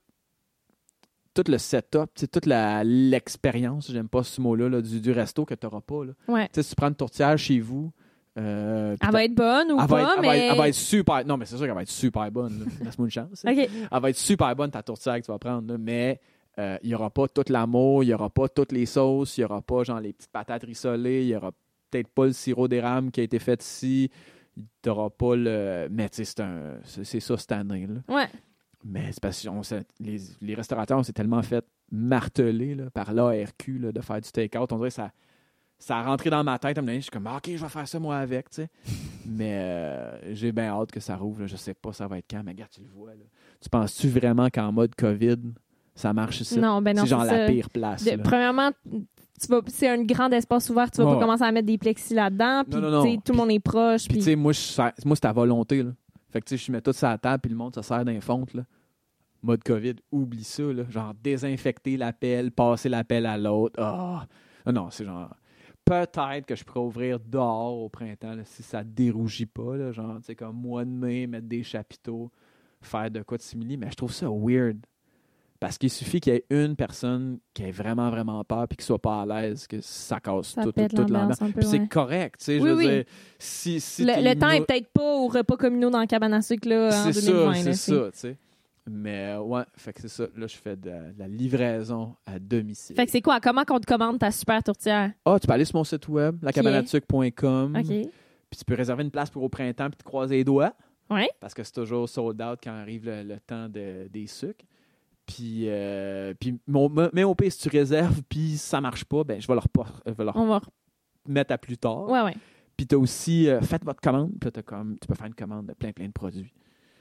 S2: Tout le setup, toute la, l'expérience, j'aime pas ce mot-là, là, du, du resto que tu n'auras pas. Là.
S1: Ouais.
S2: Tu sais, si tu prends une tourtière chez vous. Euh,
S1: elle va être bonne ou
S2: elle
S1: pas,
S2: va être,
S1: mais...
S2: Elle va, être, elle va être super... Non, mais c'est sûr qu'elle va être super bonne. Laisse-moi une chance.
S1: Okay.
S2: Elle va être super bonne, ta tourtière que tu vas prendre. Là, mais il euh, n'y aura pas tout l'amour, il n'y aura pas toutes les sauces, il n'y aura pas genre les petites patates rissolées, il n'y aura peut-être pas le sirop d'érable qui a été fait ici, il n'y aura pas le... Mais tu sais, c'est, un... c'est, c'est ça cette année. Là.
S1: Ouais.
S2: Mais c'est parce que on les, les restaurateurs, on s'est tellement fait marteler là, par l'A R Q là, de faire du take-out. On dirait que ça... Ça a rentré dans ma tête. Je suis comme, OK, je vais faire ça moi avec. Tu sais. Mais euh, j'ai bien hâte que ça rouvre. Là. Je sais pas ça va être quand. Mais regarde, tu le vois. Là. Tu penses-tu vraiment qu'en mode COVID, ça marche ici?
S1: Non, ben non.
S2: C'est genre
S1: c'est
S2: la
S1: ça.
S2: pire place.
S1: De, premièrement, tu vas, c'est un grand espace ouvert. Tu vas oh, pas ouais. commencer à mettre des plexis là-dedans. Puis, non, non, non. Tout le monde est proche.
S2: Puis, tu sais, moi, moi c'est à volonté. Là. Fait que, tu sais, je mets tout ça à la table. Puis le monde se sert d'un fonte. Là. Mode COVID, oublie ça. Là. Genre, désinfecter l'appel, passer l'appel à l'autre. Oh. Non, c'est genre... Peut-être que je pourrais ouvrir dehors au printemps là, si ça ne dérougit pas. Là, genre, tu sais, comme mois de mai, mettre des chapiteaux, faire de quoi de simili. Mais je trouve ça weird. Parce qu'il suffit qu'il y ait une personne qui ait vraiment, vraiment peur et qui ne soit pas à l'aise, que ça casse
S1: ça
S2: tout, tout, toute l'ambiance. Puis ouais. c'est correct. Tu sais,
S1: oui,
S2: je veux
S1: oui.
S2: dire, si, si
S1: le, le temps
S2: no...
S1: n'est peut-être pas au repas communaux dans le cabane à sucre là, en
S2: c'est
S1: deux mille vingt.
S2: Ça,
S1: là,
S2: c'est ça, tu sais. Mais ouais, fait que c'est ça. Là, je fais de la, de la livraison à domicile.
S1: Fait que c'est quoi? Comment qu'on te commande ta super tourtière?
S2: Ah, tu peux aller sur mon site web, la cabane à sucre point com.
S1: OK.
S2: Puis tu peux réserver une place pour au printemps puis te croiser les doigts.
S1: Oui.
S2: Parce que c'est toujours sold out quand arrive le, le temps de, des sucres. Puis, euh, puis mon, mais au pire, si tu réserves puis ça marche pas, ben je vais leur, je vais leur
S1: On va...
S2: mettre à plus tard.
S1: Ouais, ouais.
S2: Puis tu as aussi, euh, faites votre commande. Puis là, comme, tu peux faire une commande de plein, plein de produits.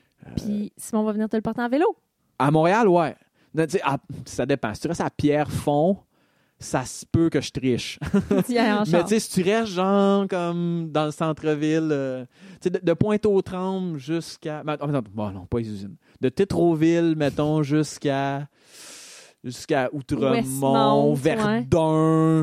S1: Puis Simon va venir te le porter en vélo.
S2: À Montréal, ouais. À, ça dépend. Si tu restes à Pierrefonds, ça se peut que je triche. Mais tu sais, si tu restes genre comme dans le centre-ville, euh, de, de Pointe-aux-Trembles jusqu'à... Ben, bon, non, pas les usines. De Tétroville, mettons, jusqu'à jusqu'à Outremont, Verdun, ouais.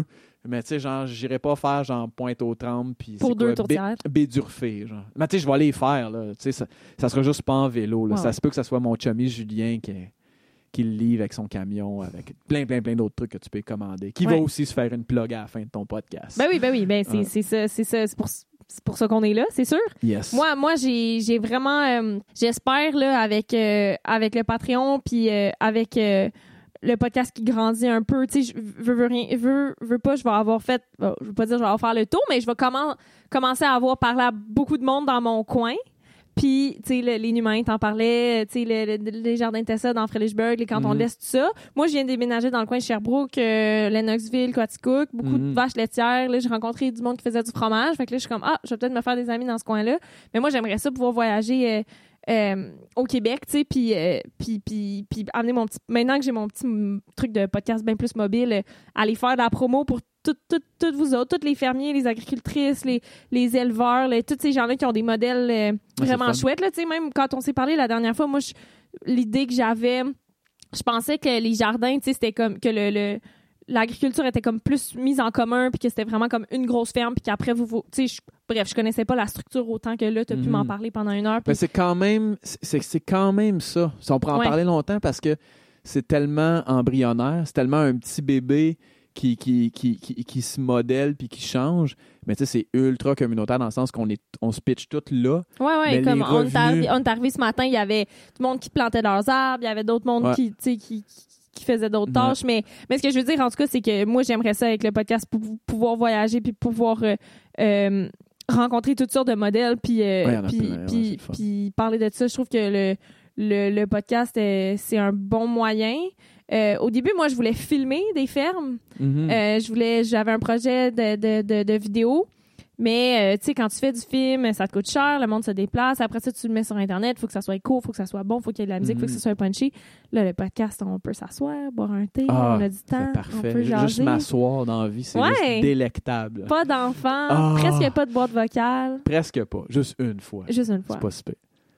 S2: Mais tu sais, genre, j'irais pas faire genre Pointe-aux-Trembles puis
S1: pour
S2: c'est
S1: deux
S2: quoi,
S1: tourtières.
S2: B- Bédurfé, genre. Mais tu sais, je vais aller les faire, là. Tu sais, ça, ça sera juste pas en vélo, là.
S1: Ouais,
S2: Ça
S1: ouais.
S2: se peut que ça soit mon chummy Julien qui, qui le livre avec son camion, avec plein, plein, plein d'autres trucs que tu peux commander. Qui
S1: Ouais.
S2: va aussi se faire une plug à la fin de ton podcast.
S1: Ben oui, ben oui, ben c'est,
S2: Ouais.
S1: c'est ça, c'est ça, c'est pour, c'est pour ça qu'on est là, c'est sûr.
S2: Yes.
S1: Moi, moi, j'ai, j'ai vraiment, euh, j'espère là avec, euh, avec le Patreon puis euh, avec euh, le podcast qui grandit un peu, tu sais, je veux, veux rien, veux, veux pas, je vais avoir fait, bon, je veux pas dire je vais avoir faire le tour, mais je vais comment, commencer à avoir parlé à beaucoup de monde dans mon coin. Puis, tu sais, le- les Numains, t'en parlais, tu sais, le, le- les jardins Tessa dans Frédéricksburg, les cantons de
S2: Mhm.
S1: l'Est, tout ça. Moi, je viens de déménager dans le coin de Sherbrooke, euh, Lennoxville, Quaticook, beaucoup
S2: Mhm.
S1: de vaches laitières. Là, j'ai rencontré du monde qui faisait du fromage. Fait que là, je suis comme, ah, je vais peut-être me faire des amis dans ce coin-là. Mais moi, j'aimerais ça pouvoir voyager euh, euh, au Québec, tu sais, puis, euh, puis, puis, puis amener mon petit... Maintenant que j'ai mon petit m- truc de podcast bien plus mobile, euh, aller faire de la promo pour toutes tout, tout vous autres, tous les fermiers, les agricultrices, les, les éleveurs, les- tous ces gens-là qui ont des modèles euh,
S2: c'est
S1: vraiment
S2: le fun.
S1: chouettes. Là, tu sais, même quand on s'est parlé la dernière fois, moi, je- l'idée que j'avais, je pensais que les jardins, tu sais, c'était comme que le, le- l'agriculture était comme plus mise en commun, puis que c'était vraiment comme une grosse ferme, puis qu'après, vous, vous tu sais, je- bref, je connaissais pas la structure autant que là, tu as pu
S2: Mhm.
S1: m'en parler pendant une heure. puis-
S2: Mais c'est quand même c'est, c'est quand même ça. Si on pourrait en
S1: Ouais.
S2: parler longtemps parce que c'est tellement embryonnaire, c'est tellement un petit bébé qui, qui, qui, qui, qui se modèle puis qui change. Mais tu sais, c'est ultra communautaire dans le sens qu'on est on se pitch tout là.
S1: Ouais, ouais,
S2: Mais
S1: comme
S2: les
S1: on, est arrivé,
S2: revenus-
S1: on est arrivé ce matin, il y avait du monde qui plantait leurs arbres, il y avait d'autres mondes
S2: Ouais.
S1: qui, tu sais, qui, qui, qui faisaient d'autres
S2: Ouais.
S1: tâches. Mais, mais ce que je veux dire, en tout cas, c'est que moi, j'aimerais ça avec le podcast pour pouvoir voyager puis pouvoir euh, euh, rencontrer toutes sortes de modèles puis, euh,
S2: Ouais, il y en a
S1: puis,
S2: plein, ouais,
S1: puis,
S2: c'est le fun.
S1: puis parler de ça. Je trouve que le, le, le podcast, euh, c'est un bon moyen. Euh, au début, moi, je voulais filmer des fermes.
S2: Mhm.
S1: Euh, je voulais, j'avais un projet de, de, de, de vidéo, mais euh, tu sais, quand tu fais du film, ça te coûte cher, le monde se déplace. Après ça, tu le mets sur Internet, il faut que ça soit court, il faut que ça soit bon, il faut qu'il y ait de la musique, il faut que
S2: Mhm.
S1: ça soit punchy. Là, le podcast, on peut s'asseoir, boire un thé,
S2: Ah,
S1: on a du temps,
S2: c'est parfait.
S1: on peut
S2: Juste
S1: jaser.
S2: m'asseoir dans la vie, c'est
S1: Ouais.
S2: juste délectable.
S1: Pas d'enfants,
S2: Ah.
S1: presque pas de boîte vocale,
S2: Presque pas. Juste une fois.
S1: juste une fois.
S2: C'est pas super.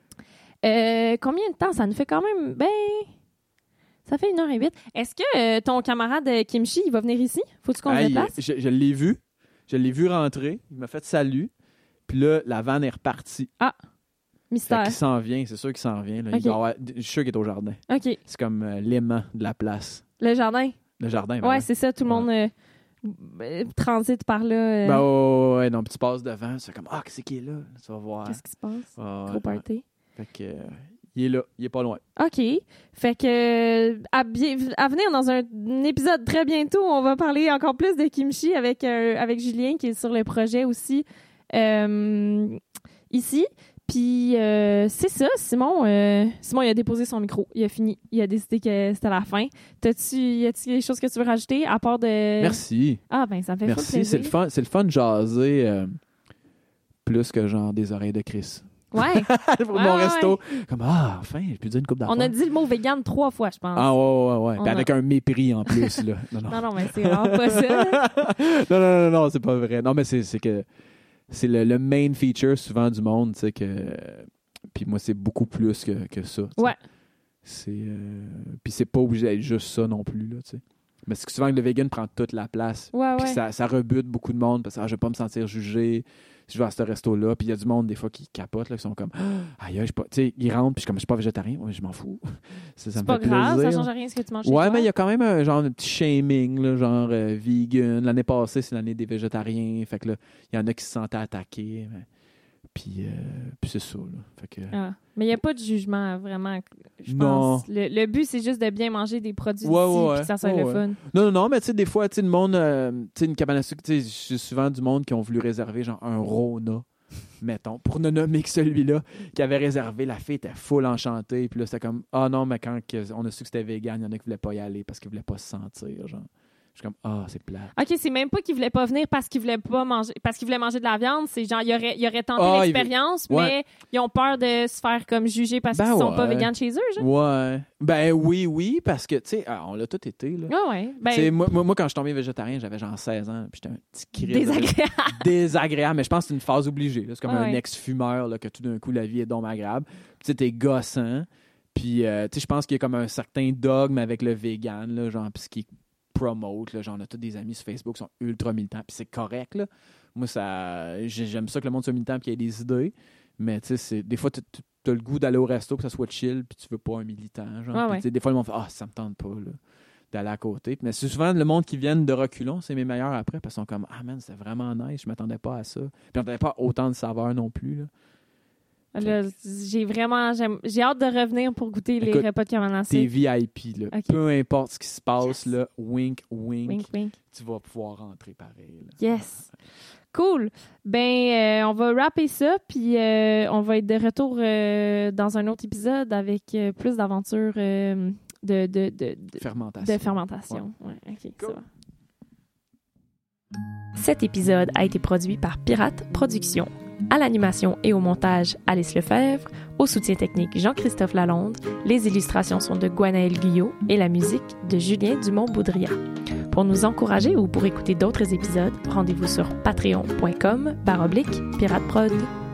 S1: Euh, combien de temps? Ça nous fait quand même, ben... Ça fait une heure et huit. Est-ce que euh, ton camarade euh, Kimchi, il va venir ici? Faut-tu qu'on le
S2: Hey,
S1: déplace?
S2: je, je l'ai vu. Je l'ai vu rentrer. Il m'a fait salut. Puis là, la vanne est repartie. Fait
S1: Mystère.
S2: qu'il s'en vient. C'est sûr qu'il s'en vient. Là. Il
S1: Ok.
S2: doit avoir- je suis sûr qu'il est au jardin.
S1: OK.
S2: C'est comme euh, l'aimant de la place.
S1: Le jardin.
S2: Le jardin, ben
S1: Ouais,
S2: ouais.
S1: c'est ça. Tout le
S2: Ouais.
S1: monde euh, euh, transite par là. euh,
S2: Ben ouais, ouais, ouais, non, puis tu passes devant, c'est comme, ah, qu'est-ce qui est là? Tu vas voir.
S1: Qu'est-ce qui se passe?
S2: Ah, ouais,
S1: Gros
S2: ouais.
S1: party.
S2: Fait que, euh, il est là, il est pas loin.
S1: OK. Fait que euh, à, bien- à venir dans un, un épisode très bientôt, on va parler encore plus de Kimchi avec, euh, avec Julien qui est sur le projet aussi euh, ici. Puis euh, c'est ça, Simon. euh, Simon, il a déposé son micro. Il a fini. Il a décidé que c'était la fin. T'as-tu, y a-tu des choses que tu veux rajouter à part de...
S2: Merci.
S1: Ah ben, ça me fait full
S2: Merci. C'est
S1: plaisir.
S2: le fun, c'est le fun de jaser euh, plus que genre des oreilles de Chris.
S1: Ouais.
S2: Pour
S1: Ouais,
S2: mon
S1: ouais,
S2: resto. Comme, ah, enfin, j'ai pu dire une coupe d'affaires.
S1: On a dit le mot vegan trois fois, je pense.
S2: Ah, ouais, ouais, ouais.
S1: On
S2: Puis
S1: a-
S2: avec un mépris en plus, là. Non, non.
S1: Non, non, mais c'est vraiment pas ça.
S2: non, non, non, non, c'est pas vrai. Non, mais c'est, c'est que c'est le, le main feature souvent du monde, tu sais, que. Puis moi, c'est beaucoup plus que, que ça. tu sais.
S1: Ouais.
S2: C'est. euh, Puis c'est pas obligé d'être juste ça non plus, là, tu sais. Mais c'est que souvent que le vegan prend toute la place.
S1: Ouais,
S2: Puis
S1: ouais.
S2: ça, ça rebute beaucoup de monde parce que ah, je vais pas me sentir jugé si je vais à ce resto-là. Puis il y a du monde, des fois, qui capotent, là, qui sont comme ah, aïe, je suis pas. Tu sais, ils rentrent, puis je suis comme, je suis pas végétarien. Ouais, je m'en fous. ça, ça
S1: C'est
S2: me
S1: pas
S2: fait
S1: grave,
S2: plaisir.
S1: ça change rien ce que tu manges chez
S2: Ouais,
S1: toi.
S2: mais il y a quand même un genre de petit shaming, là, genre euh, vegan. L'année passée, c'est l'année des végétariens. Fait que là, il y en a qui se sentaient attaqués. mais- Puis, euh, puis c'est ça, là. Fait que.
S1: Ah. Mais il n'y a pas de jugement, vraiment, je
S2: Non.
S1: pense. Le, le but, c'est juste de bien manger des produits
S2: Ouais,
S1: d'ici
S2: ouais,
S1: puis que ça soit
S2: ouais,
S1: le
S2: ouais.
S1: fun.
S2: Non, non, non, mais tu sais, des fois, tu sais, le monde, euh, tu sais, une cabane à sucre, tu sais, j'ai souvent du monde qui ont voulu réserver, genre, un Rona, mettons, pour ne nommer que celui-là, qui avait réservé, la fille était full enchantée, puis là, c'était comme, ah non, mais quand que- on a su que c'était vegan, il y en a qui voulaient pas y aller parce qu'ils voulaient pas se sentir, genre. Je suis comme, ah, c'est plat.
S1: OK, c'est même pas qu'ils voulaient pas venir parce qu'ils voulaient pas manger, parce qu'ils voulaient manger de la viande. C'est genre, ils auraient, ils auraient tenté
S2: Ah, ils-
S1: l'expérience,
S2: ouais.
S1: mais ils ont peur de se faire comme juger parce
S2: Ben
S1: qu'ils sont pas
S2: ouais.
S1: véganes chez eux, genre.
S2: Ouais. Ben oui, oui, parce que, tu sais, ah, on l'a tout été, là.
S1: Ah ouais.
S2: Tu sais,
S1: Ben,
S2: moi, moi, moi, quand je suis tombé végétarien, j'avais genre seize ans, puis j'étais un petit cri
S1: désagréable.
S2: désagréable, mais je pense que c'est une phase obligée. là. C'est comme
S1: Ah
S2: un
S1: ouais.
S2: ex-fumeur, là, que tout d'un coup, la vie est donc agréable. Puis tu sais, t'es gossant. Puis, euh, tu sais, je pense qu'il y a comme un certain dogme avec le vegan, là, genre, puis ce qui est promote. Là, genre, on a tous des amis sur Facebook qui sont ultra militants, puis c'est correct. Là. Moi, ça, j'aime ça que le monde soit militant et qu'il y ait des idées. Mais tu sais, des fois, tu as le goût d'aller au resto, que ça soit chill, puis tu veux pas un militant. Genre.
S1: Ouais,
S2: Puis,
S1: ouais.
S2: Des fois, le monde fait « Ah, ça me tente pas. Là. » d'aller à côté. Mais c'est souvent le monde qui vient de reculons, c'est mes meilleurs après, parce qu'ils sont comme « Ah man, c'était vraiment nice, je m'attendais pas à ça. » Puis on n'avait pas autant de saveurs non plus. Là.
S1: Là, j'ai vraiment... J'aime, j'ai hâte de revenir pour goûter
S2: Écoute,
S1: les repas de cabane à sucre.
S2: T'es V I P, là.
S1: Okay.
S2: Peu importe ce qui se passe,
S1: Yes.
S2: là, wink, wink,
S1: Wink, wink.
S2: tu vas pouvoir rentrer pareil. Là.
S1: Yes. Cool. Ben, euh, on va rapper ça, puis euh, on va être de retour euh, dans un autre épisode avec euh, plus d'aventures euh, de, de, de, de,
S2: fermentation.
S1: De fermentation. Ouais. Ouais, OK,
S2: cool.
S1: ça va. Cet épisode a été produit par Pirate Productions. À l'animation et au montage, Alice Lefebvre. Au soutien technique, Jean-Christophe Lalonde. Les illustrations sont de Gwenaëlle Guyot et la musique de Julien Dumont-Boudria. Pour nous encourager ou pour écouter d'autres épisodes, rendez-vous sur patreon point com barre oblique Pirate Prod.